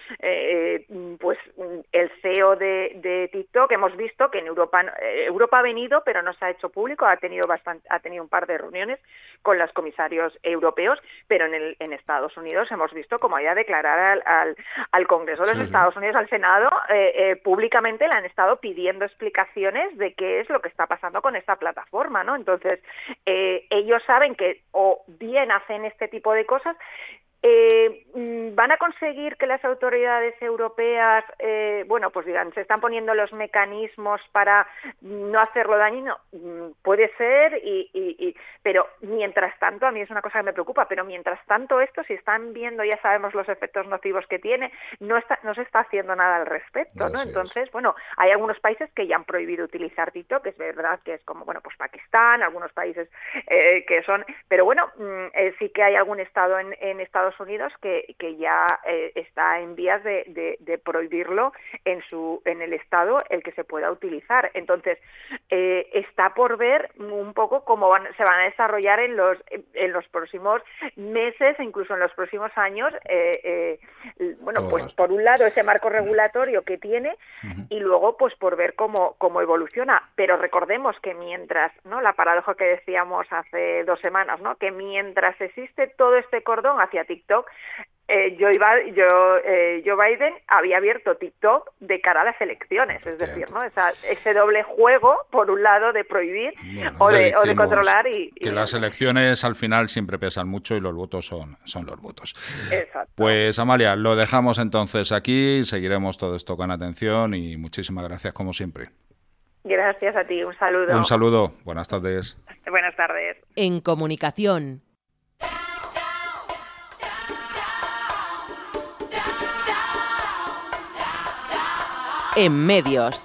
eh, pues el C E O de, de TikTok, hemos visto que en Europa eh, Europa ha venido, pero no se ha hecho público, ha tenido bastante, ha tenido un par de reuniones con los comisarios europeos, pero en el en Estados Unidos hemos visto cómo ha declarar al, al al Congreso de los sí, Estados Unidos, al Senado, eh, eh, públicamente le han estado pidiendo explicaciones de qué es lo que está pasando con esta plataforma, ¿no? Entonces, eh, ellos saben que o bien hacen este tipo de cosas, Eh, ¿Van a conseguir que las autoridades europeas, eh, bueno, pues digan, se están poniendo los mecanismos para no hacerlo dañino? Puede ser, y, y, y, pero mientras tanto, a mí es una cosa que me preocupa, pero mientras tanto esto, si están viendo, ya sabemos los efectos nocivos que tiene, no, está, no se está haciendo nada al respecto, ¿no? Entonces, bueno, hay algunos países que ya han prohibido utilizar TikTok, es verdad que es como, bueno, pues Pakistán, algunos países eh, que son, pero bueno, eh, sí que hay algún estado en, en Estados Unidos que, que ya eh, está en vías de, de, de prohibirlo en su en el estado el que se pueda utilizar. Entonces, eh, está por ver un poco cómo van, se van a desarrollar en los en los próximos meses e incluso en los próximos años, eh, eh, bueno, pues por un lado ese marco regulatorio que tiene uh-huh. y luego pues por ver cómo, cómo evoluciona. Pero recordemos que mientras, ¿no?, la paradoja que decíamos hace dos semanas, ¿no?, que mientras existe todo este cordón hacia TikTok, Eh, Joe, Joe, eh, Joe Biden había abierto TikTok de cara a las elecciones, es decir, ¿no? Esa, ese doble juego, por un lado, de prohibir bueno, o, de, o de controlar y... Que y las elecciones al final siempre pesan mucho y los votos son, son los votos. Exacto. Pues Amalia, lo dejamos entonces aquí, seguiremos todo esto con atención y muchísimas gracias como siempre. Gracias a ti, un saludo. Un saludo, buenas tardes. Buenas tardes. En comunicación. En medios.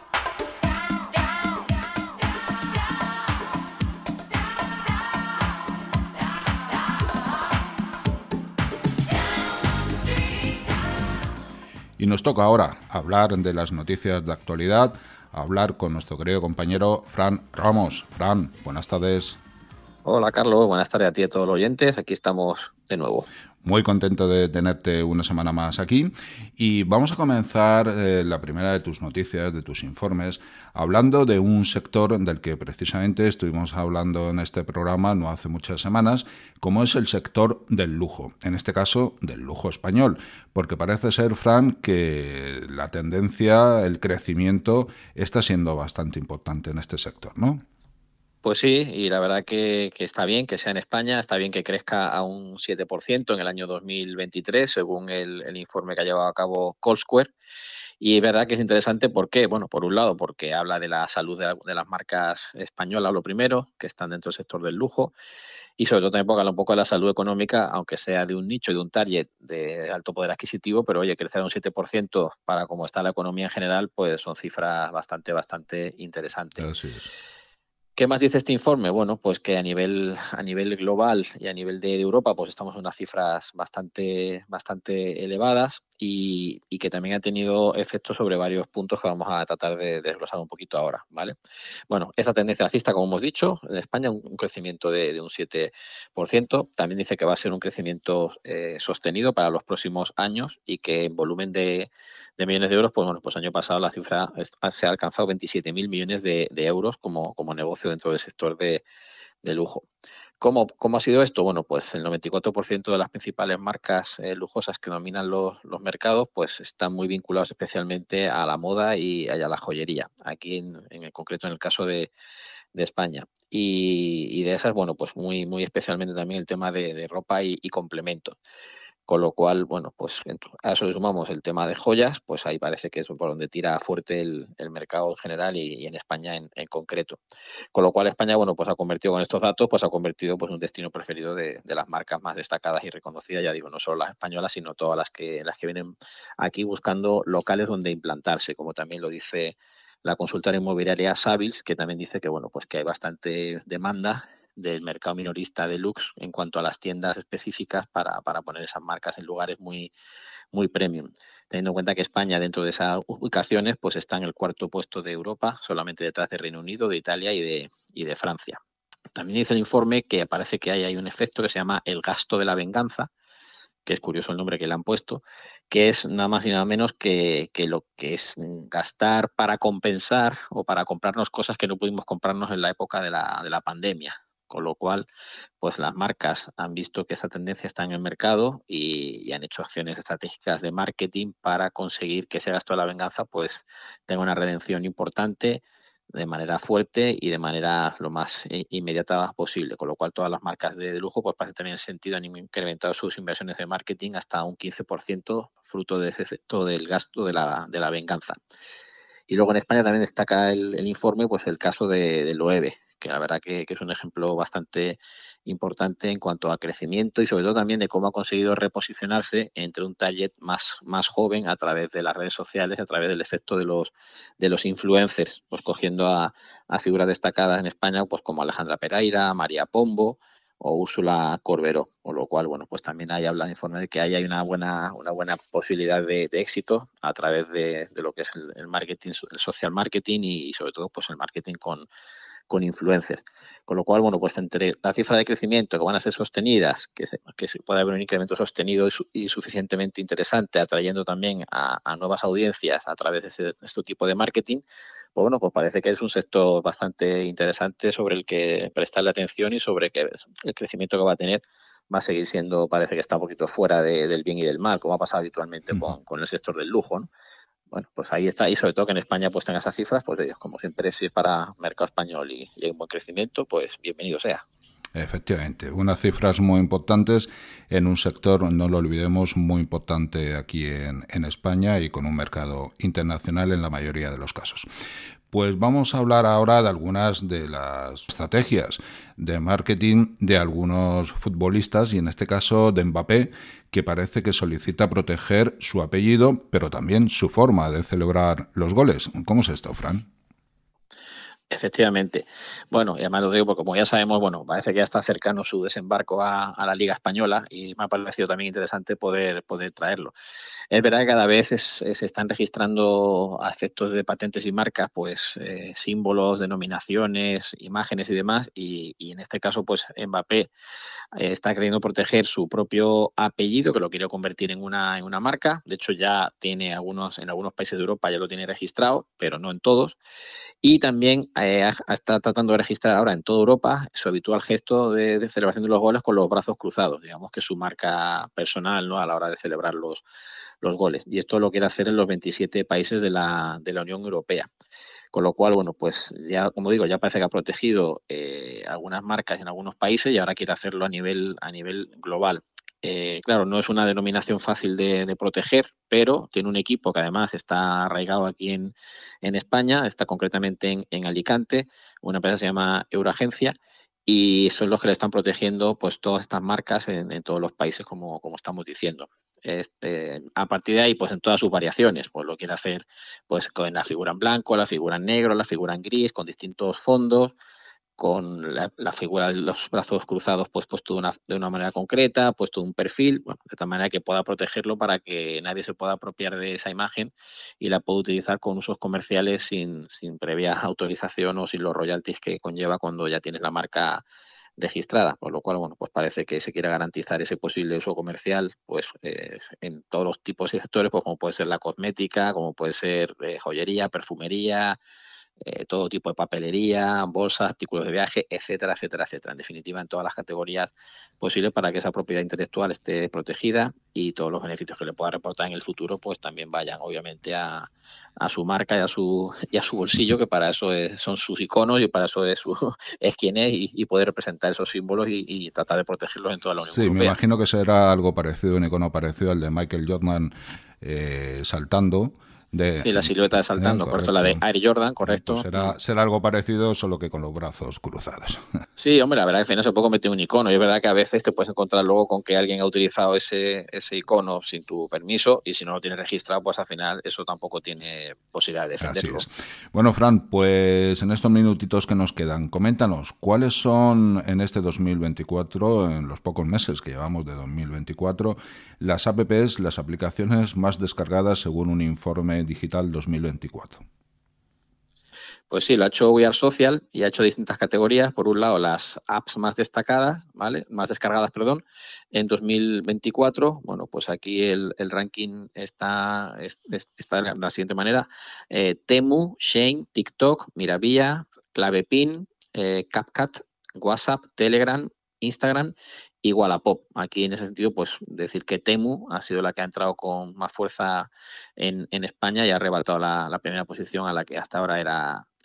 Y nos toca ahora hablar de las noticias de actualidad, hablar con nuestro querido compañero Fran Ramos. Fran, buenas tardes. Hola Carlos, buenas tardes a ti y a todos los oyentes, aquí estamos de nuevo. Muy contento de tenerte una semana más aquí y vamos a comenzar eh, la primera de tus noticias, de tus informes, hablando de un sector del que precisamente estuvimos hablando en este programa no hace muchas semanas, como es el sector del lujo, en este caso del lujo español, porque parece ser, Fran, que la tendencia, el crecimiento está siendo bastante importante en este sector, ¿no? Pues sí, y la verdad que, que está bien que sea en España, está bien que crezca a un siete por ciento en el año dos mil veintitrés, según el, el informe que ha llevado a cabo Colsquare. Y es verdad que es interesante, ¿por qué? Bueno, por un lado, porque habla de la salud de, de las marcas españolas, lo primero, que están dentro del sector del lujo, y sobre todo también porque habla un poco de la salud económica, aunque sea de un nicho y de un target de alto poder adquisitivo, pero oye, crecer a un siete por ciento para cómo está la economía en general, pues son cifras bastante, bastante interesantes. Así es. ¿Qué más dice este informe? Bueno, pues que a nivel a nivel global y a nivel de, de Europa, pues estamos en unas cifras bastante bastante elevadas y, y que también ha tenido efectos sobre varios puntos que vamos a tratar de desglosar un poquito ahora, ¿vale? Bueno, esta tendencia alcista, como hemos dicho, en España un, un crecimiento de, de un siete por ciento. También dice que va a ser un crecimiento eh, sostenido para los próximos años y que en volumen de, de millones de euros, pues bueno, pues año pasado la cifra se ha alcanzado veintisiete mil millones de, de euros como, como negocio dentro del sector de, de lujo. ¿Cómo, ¿Cómo ha sido esto? Bueno, pues el noventa y cuatro por ciento de las principales marcas eh, lujosas que dominan los, los mercados pues están muy vinculados especialmente a la moda y a la joyería, aquí en, en el concreto en el caso de, de España. Y, y de esas, bueno, pues muy, muy especialmente también el tema de, de ropa y, y complementos. Con lo cual, bueno, pues a eso le sumamos el tema de joyas, pues ahí parece que es por donde tira fuerte el, el mercado en general y, y en España en, en concreto. Con lo cual España, bueno, pues ha convertido con estos datos, pues ha convertido pues un destino preferido de, de las marcas más destacadas y reconocidas, ya digo, no solo las españolas, sino todas las que, las que vienen aquí buscando locales donde implantarse, como también lo dice la consultora inmobiliaria Savills, que también dice que, bueno, pues que hay bastante demanda del mercado minorista de luxe en cuanto a las tiendas específicas para, para poner esas marcas en lugares muy, muy premium. Teniendo en cuenta que España, dentro de esas ubicaciones, pues está en el cuarto puesto de Europa, solamente detrás de Reino Unido, de Italia y de, y de Francia. También dice el informe que parece que hay, hay un efecto que se llama el gasto de la venganza, que es curioso el nombre que le han puesto, que es nada más y nada menos que, que lo que es gastar para compensar o para comprarnos cosas que no pudimos comprarnos en la época de la, de la pandemia. Con lo cual, pues las marcas han visto que esta tendencia está en el mercado y, y han hecho acciones estratégicas de marketing para conseguir que ese gasto de la venganza pues tenga una redención importante de manera fuerte y de manera lo más inmediata posible, con lo cual todas las marcas de, de lujo pues parece también en sentido han incrementado sus inversiones en marketing hasta un quince por ciento, fruto de ese efecto del gasto de la, de la venganza. Y luego en España también destaca el, el informe pues el caso de, de Loewe, que la verdad que, que es un ejemplo bastante importante en cuanto a crecimiento y sobre todo también de cómo ha conseguido reposicionarse entre un target más, más joven a través de las redes sociales, a través del efecto de los, de los influencers, pues cogiendo a, a figuras destacadas en España pues como Alejandra Pereira, María Pombo o Úrsula Corberó, con lo cual, bueno, pues también ahí habla de informe de que ahí hay una buena, una buena posibilidad de, de éxito a través de, de lo que es el, el marketing, el social marketing y, y sobre todo pues el marketing con, con influencers. Con lo cual, bueno, pues entre la cifra de crecimiento que van a ser sostenidas, que, se, que se puede haber un incremento sostenido y, su, y suficientemente interesante, atrayendo también a, a nuevas audiencias a través de, ese, de este tipo de marketing, pues bueno, pues parece que es un sector bastante interesante sobre el que prestarle atención y sobre que el crecimiento que va a tener va a seguir siendo, parece que está un poquito fuera de, del bien y del mal, como ha pasado habitualmente uh-huh. con, con el sector del lujo, ¿no? Bueno, pues ahí está, y sobre todo que en España pues tenga esas cifras, pues ellos, como siempre, si es para el mercado español y, y hay un buen crecimiento, pues bienvenido sea. Efectivamente, unas cifras muy importantes en un sector, no lo olvidemos, muy importante aquí en, en España y con un mercado internacional en la mayoría de los casos. Pues vamos a hablar ahora de algunas de las estrategias de marketing de algunos futbolistas y en este caso de Mbappé, que parece que solicita proteger su apellido, pero también su forma de celebrar los goles. ¿Cómo es esto, Fran? Efectivamente. Bueno, y además lo digo porque como ya sabemos, bueno, parece que ya está cercano su desembarco a, a la Liga Española y me ha parecido también interesante poder, poder traerlo. Es verdad que cada vez es, es, se están registrando a efectos de patentes y marcas, pues eh, símbolos, denominaciones, imágenes y demás, y, y en este caso, pues Mbappé eh, está queriendo proteger su propio apellido, que lo quiere convertir en una, en una marca. De hecho, ya tiene algunos, en algunos países de Europa ya lo tiene registrado, pero no en todos. Y también eh, está tratando de registrar ahora en toda Europa su habitual gesto de, de celebración de los goles con los brazos cruzados, digamos que es su marca personal, ¿no?, a la hora de celebrar los, los goles. Y esto lo quiere hacer en los veintisiete países de la, de la Unión Europea. Con lo cual, bueno, pues ya, como digo, ya parece que ha protegido eh, algunas marcas en algunos países y ahora quiere hacerlo a nivel, a nivel global. Eh, claro, no es una denominación fácil de, de proteger, pero tiene un equipo que además está arraigado aquí en, en España, está concretamente en, en Alicante, una empresa que se llama Euroagencia, y son los que le están protegiendo pues todas estas marcas en, en todos los países, como, como estamos diciendo. Este, a partir de ahí, pues en todas sus variaciones, pues lo quiere hacer pues con la figura en blanco, la figura en negro, la figura en gris, con distintos fondos, con la, la figura de los brazos cruzados pues puesto de una, de una manera concreta, puesto un perfil, bueno, de tal manera que pueda protegerlo para que nadie se pueda apropiar de esa imagen y la pueda utilizar con usos comerciales sin, sin previa autorización o sin los royalties que conlleva cuando ya tienes la marca registrada, por lo cual, bueno, pues parece que se quiere garantizar ese posible uso comercial pues eh, en todos los tipos de sectores, pues como puede ser la cosmética, como puede ser eh, joyería, perfumería, Eh, todo tipo de papelería, bolsas, artículos de viaje, etcétera, etcétera, etcétera. En definitiva, en todas las categorías posibles para que esa propiedad intelectual esté protegida y todos los beneficios que le pueda reportar en el futuro, pues también vayan, obviamente, a, a su marca y a su, y a su bolsillo, que para eso es, son sus iconos y para eso es, su, es quien es y, y poder representar esos símbolos y, y tratar de protegerlos en toda la Unión sí, Europea. Sí, me imagino que será algo parecido, un icono parecido al de Michael Jordan eh, saltando. De, sí, la silueta de saltando, eh, correcto, la de Air Jordan, correcto. Pues será, será algo parecido, solo que con los brazos cruzados. Sí, hombre, la verdad es que hace poco metí un icono y es verdad que a veces te puedes encontrar luego con que alguien ha utilizado ese, ese icono sin tu permiso y si no lo tienes registrado, pues al final eso tampoco tiene posibilidad de defenderlo. Así es. Bueno, Fran, pues en estos minutitos que nos quedan, coméntanos, ¿cuáles son en este dos mil veinticuatro, en los pocos meses que llevamos de dos mil veinticuatro, las apps, las aplicaciones más descargadas según un informe Digital dos mil veinticuatro? Pues sí, lo ha hecho We Are Social y ha hecho distintas categorías. Por un lado, las apps más destacadas, ¿vale? Más descargadas, perdón, en dos mil veinticuatro. Bueno, pues aquí el, el ranking está, está de la siguiente manera. Eh, Temu, Shein, TikTok, Miravía, Clavepin, eh, CapCut, WhatsApp, Telegram, Instagram y Wallapop. Aquí en ese sentido, pues decir que Temu ha sido la que ha entrado con más fuerza en, en España y ha arrebatado la, la primera posición a la que hasta ahora era,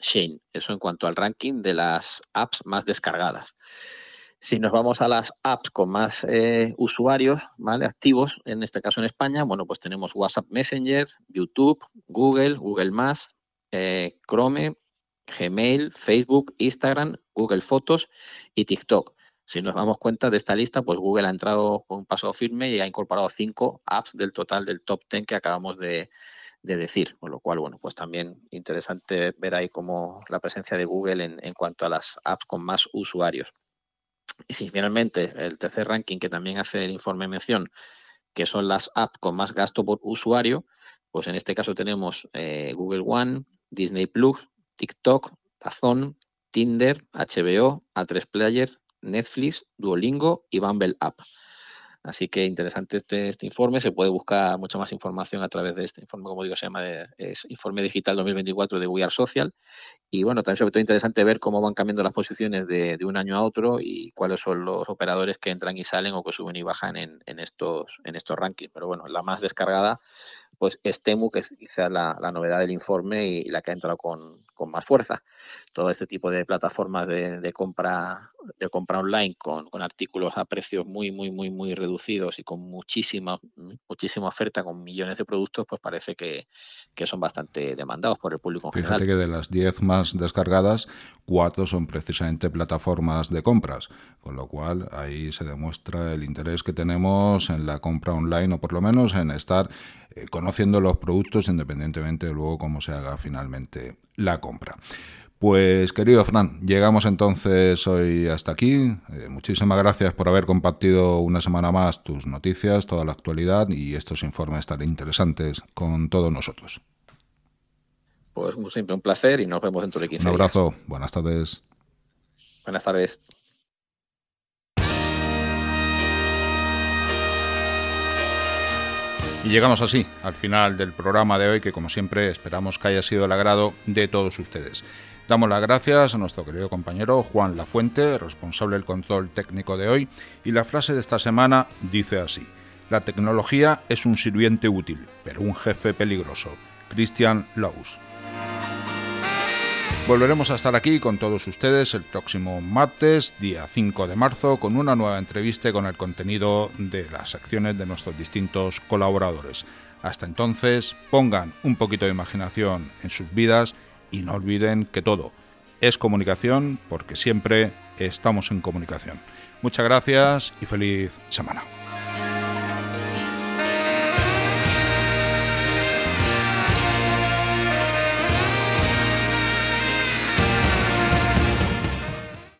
Shein. Eso en cuanto al ranking de las apps más descargadas. Si nos vamos a las apps con más eh, usuarios, ¿vale?, activos, en este caso en España, bueno, pues tenemos WhatsApp Messenger, YouTube, Google, Google Más, eh, Chrome, Gmail, Facebook, Instagram, Google Fotos y TikTok. Si nos damos cuenta de esta lista, pues Google ha entrado con un paso firme y ha incorporado cinco apps del total del top diez que acabamos de, de decir. Con lo cual, bueno, pues también interesante ver ahí cómo la presencia de Google en, en cuanto a las apps con más usuarios. Y si finalmente el tercer ranking que también hace el informe mención, que son las apps con más gasto por usuario, pues en este caso tenemos eh, Google One, Disney Plus, TikTok, Dazón, Tinder, H B O, A tres Player, Netflix, Duolingo y Bumble App. Así que interesante este, este informe. Se puede buscar mucha más información a través de este informe, como digo, se llama de, es Informe Digital dos mil veinticuatro de We Are Social. Y bueno, también sobre todo interesante ver cómo van cambiando las posiciones de, de un año a otro y cuáles son los operadores que entran y salen o que suben y bajan en, en, estos, en estos rankings. Pero bueno, la más descargada pues es Temu, que es quizá la, la novedad del informe y la que ha entrado con, con más fuerza. Todo este tipo de plataformas de, de compra de compra online con, con artículos a precios muy, muy, muy, muy reducidos y con muchísima, muchísima oferta, con millones de productos, pues parece que, que son bastante demandados por el público en Fíjate general. que de las diez más descargadas, cuatro son precisamente plataformas de compras, con lo cual ahí se demuestra el interés que tenemos en la compra online, o por lo menos en estar eh, conociendo los productos independientemente de luego cómo se haga finalmente la compra. Pues querido Fran, llegamos entonces hoy hasta aquí. Eh, muchísimas gracias por haber compartido una semana más tus noticias, toda la actualidad y estos informes tan interesantes con todos nosotros. Pues siempre un placer y nos vemos dentro de quince días. Un abrazo, días. Buenas tardes. Buenas tardes. Y llegamos así al final del programa de hoy, que como siempre esperamos que haya sido el agrado de todos ustedes. Damos las gracias a nuestro querido compañero Juan Lafuente, responsable del control técnico de hoy, y la frase de esta semana dice así: la tecnología es un sirviente útil, pero un jefe peligroso. Christian Laus. Volveremos a estar aquí con todos ustedes el próximo martes, día cinco de marzo, con una nueva entrevista con el contenido de las secciones de nuestros distintos colaboradores. Hasta entonces, pongan un poquito de imaginación en sus vidas y no olviden que todo es comunicación, porque siempre estamos en comunicación. Muchas gracias y feliz semana.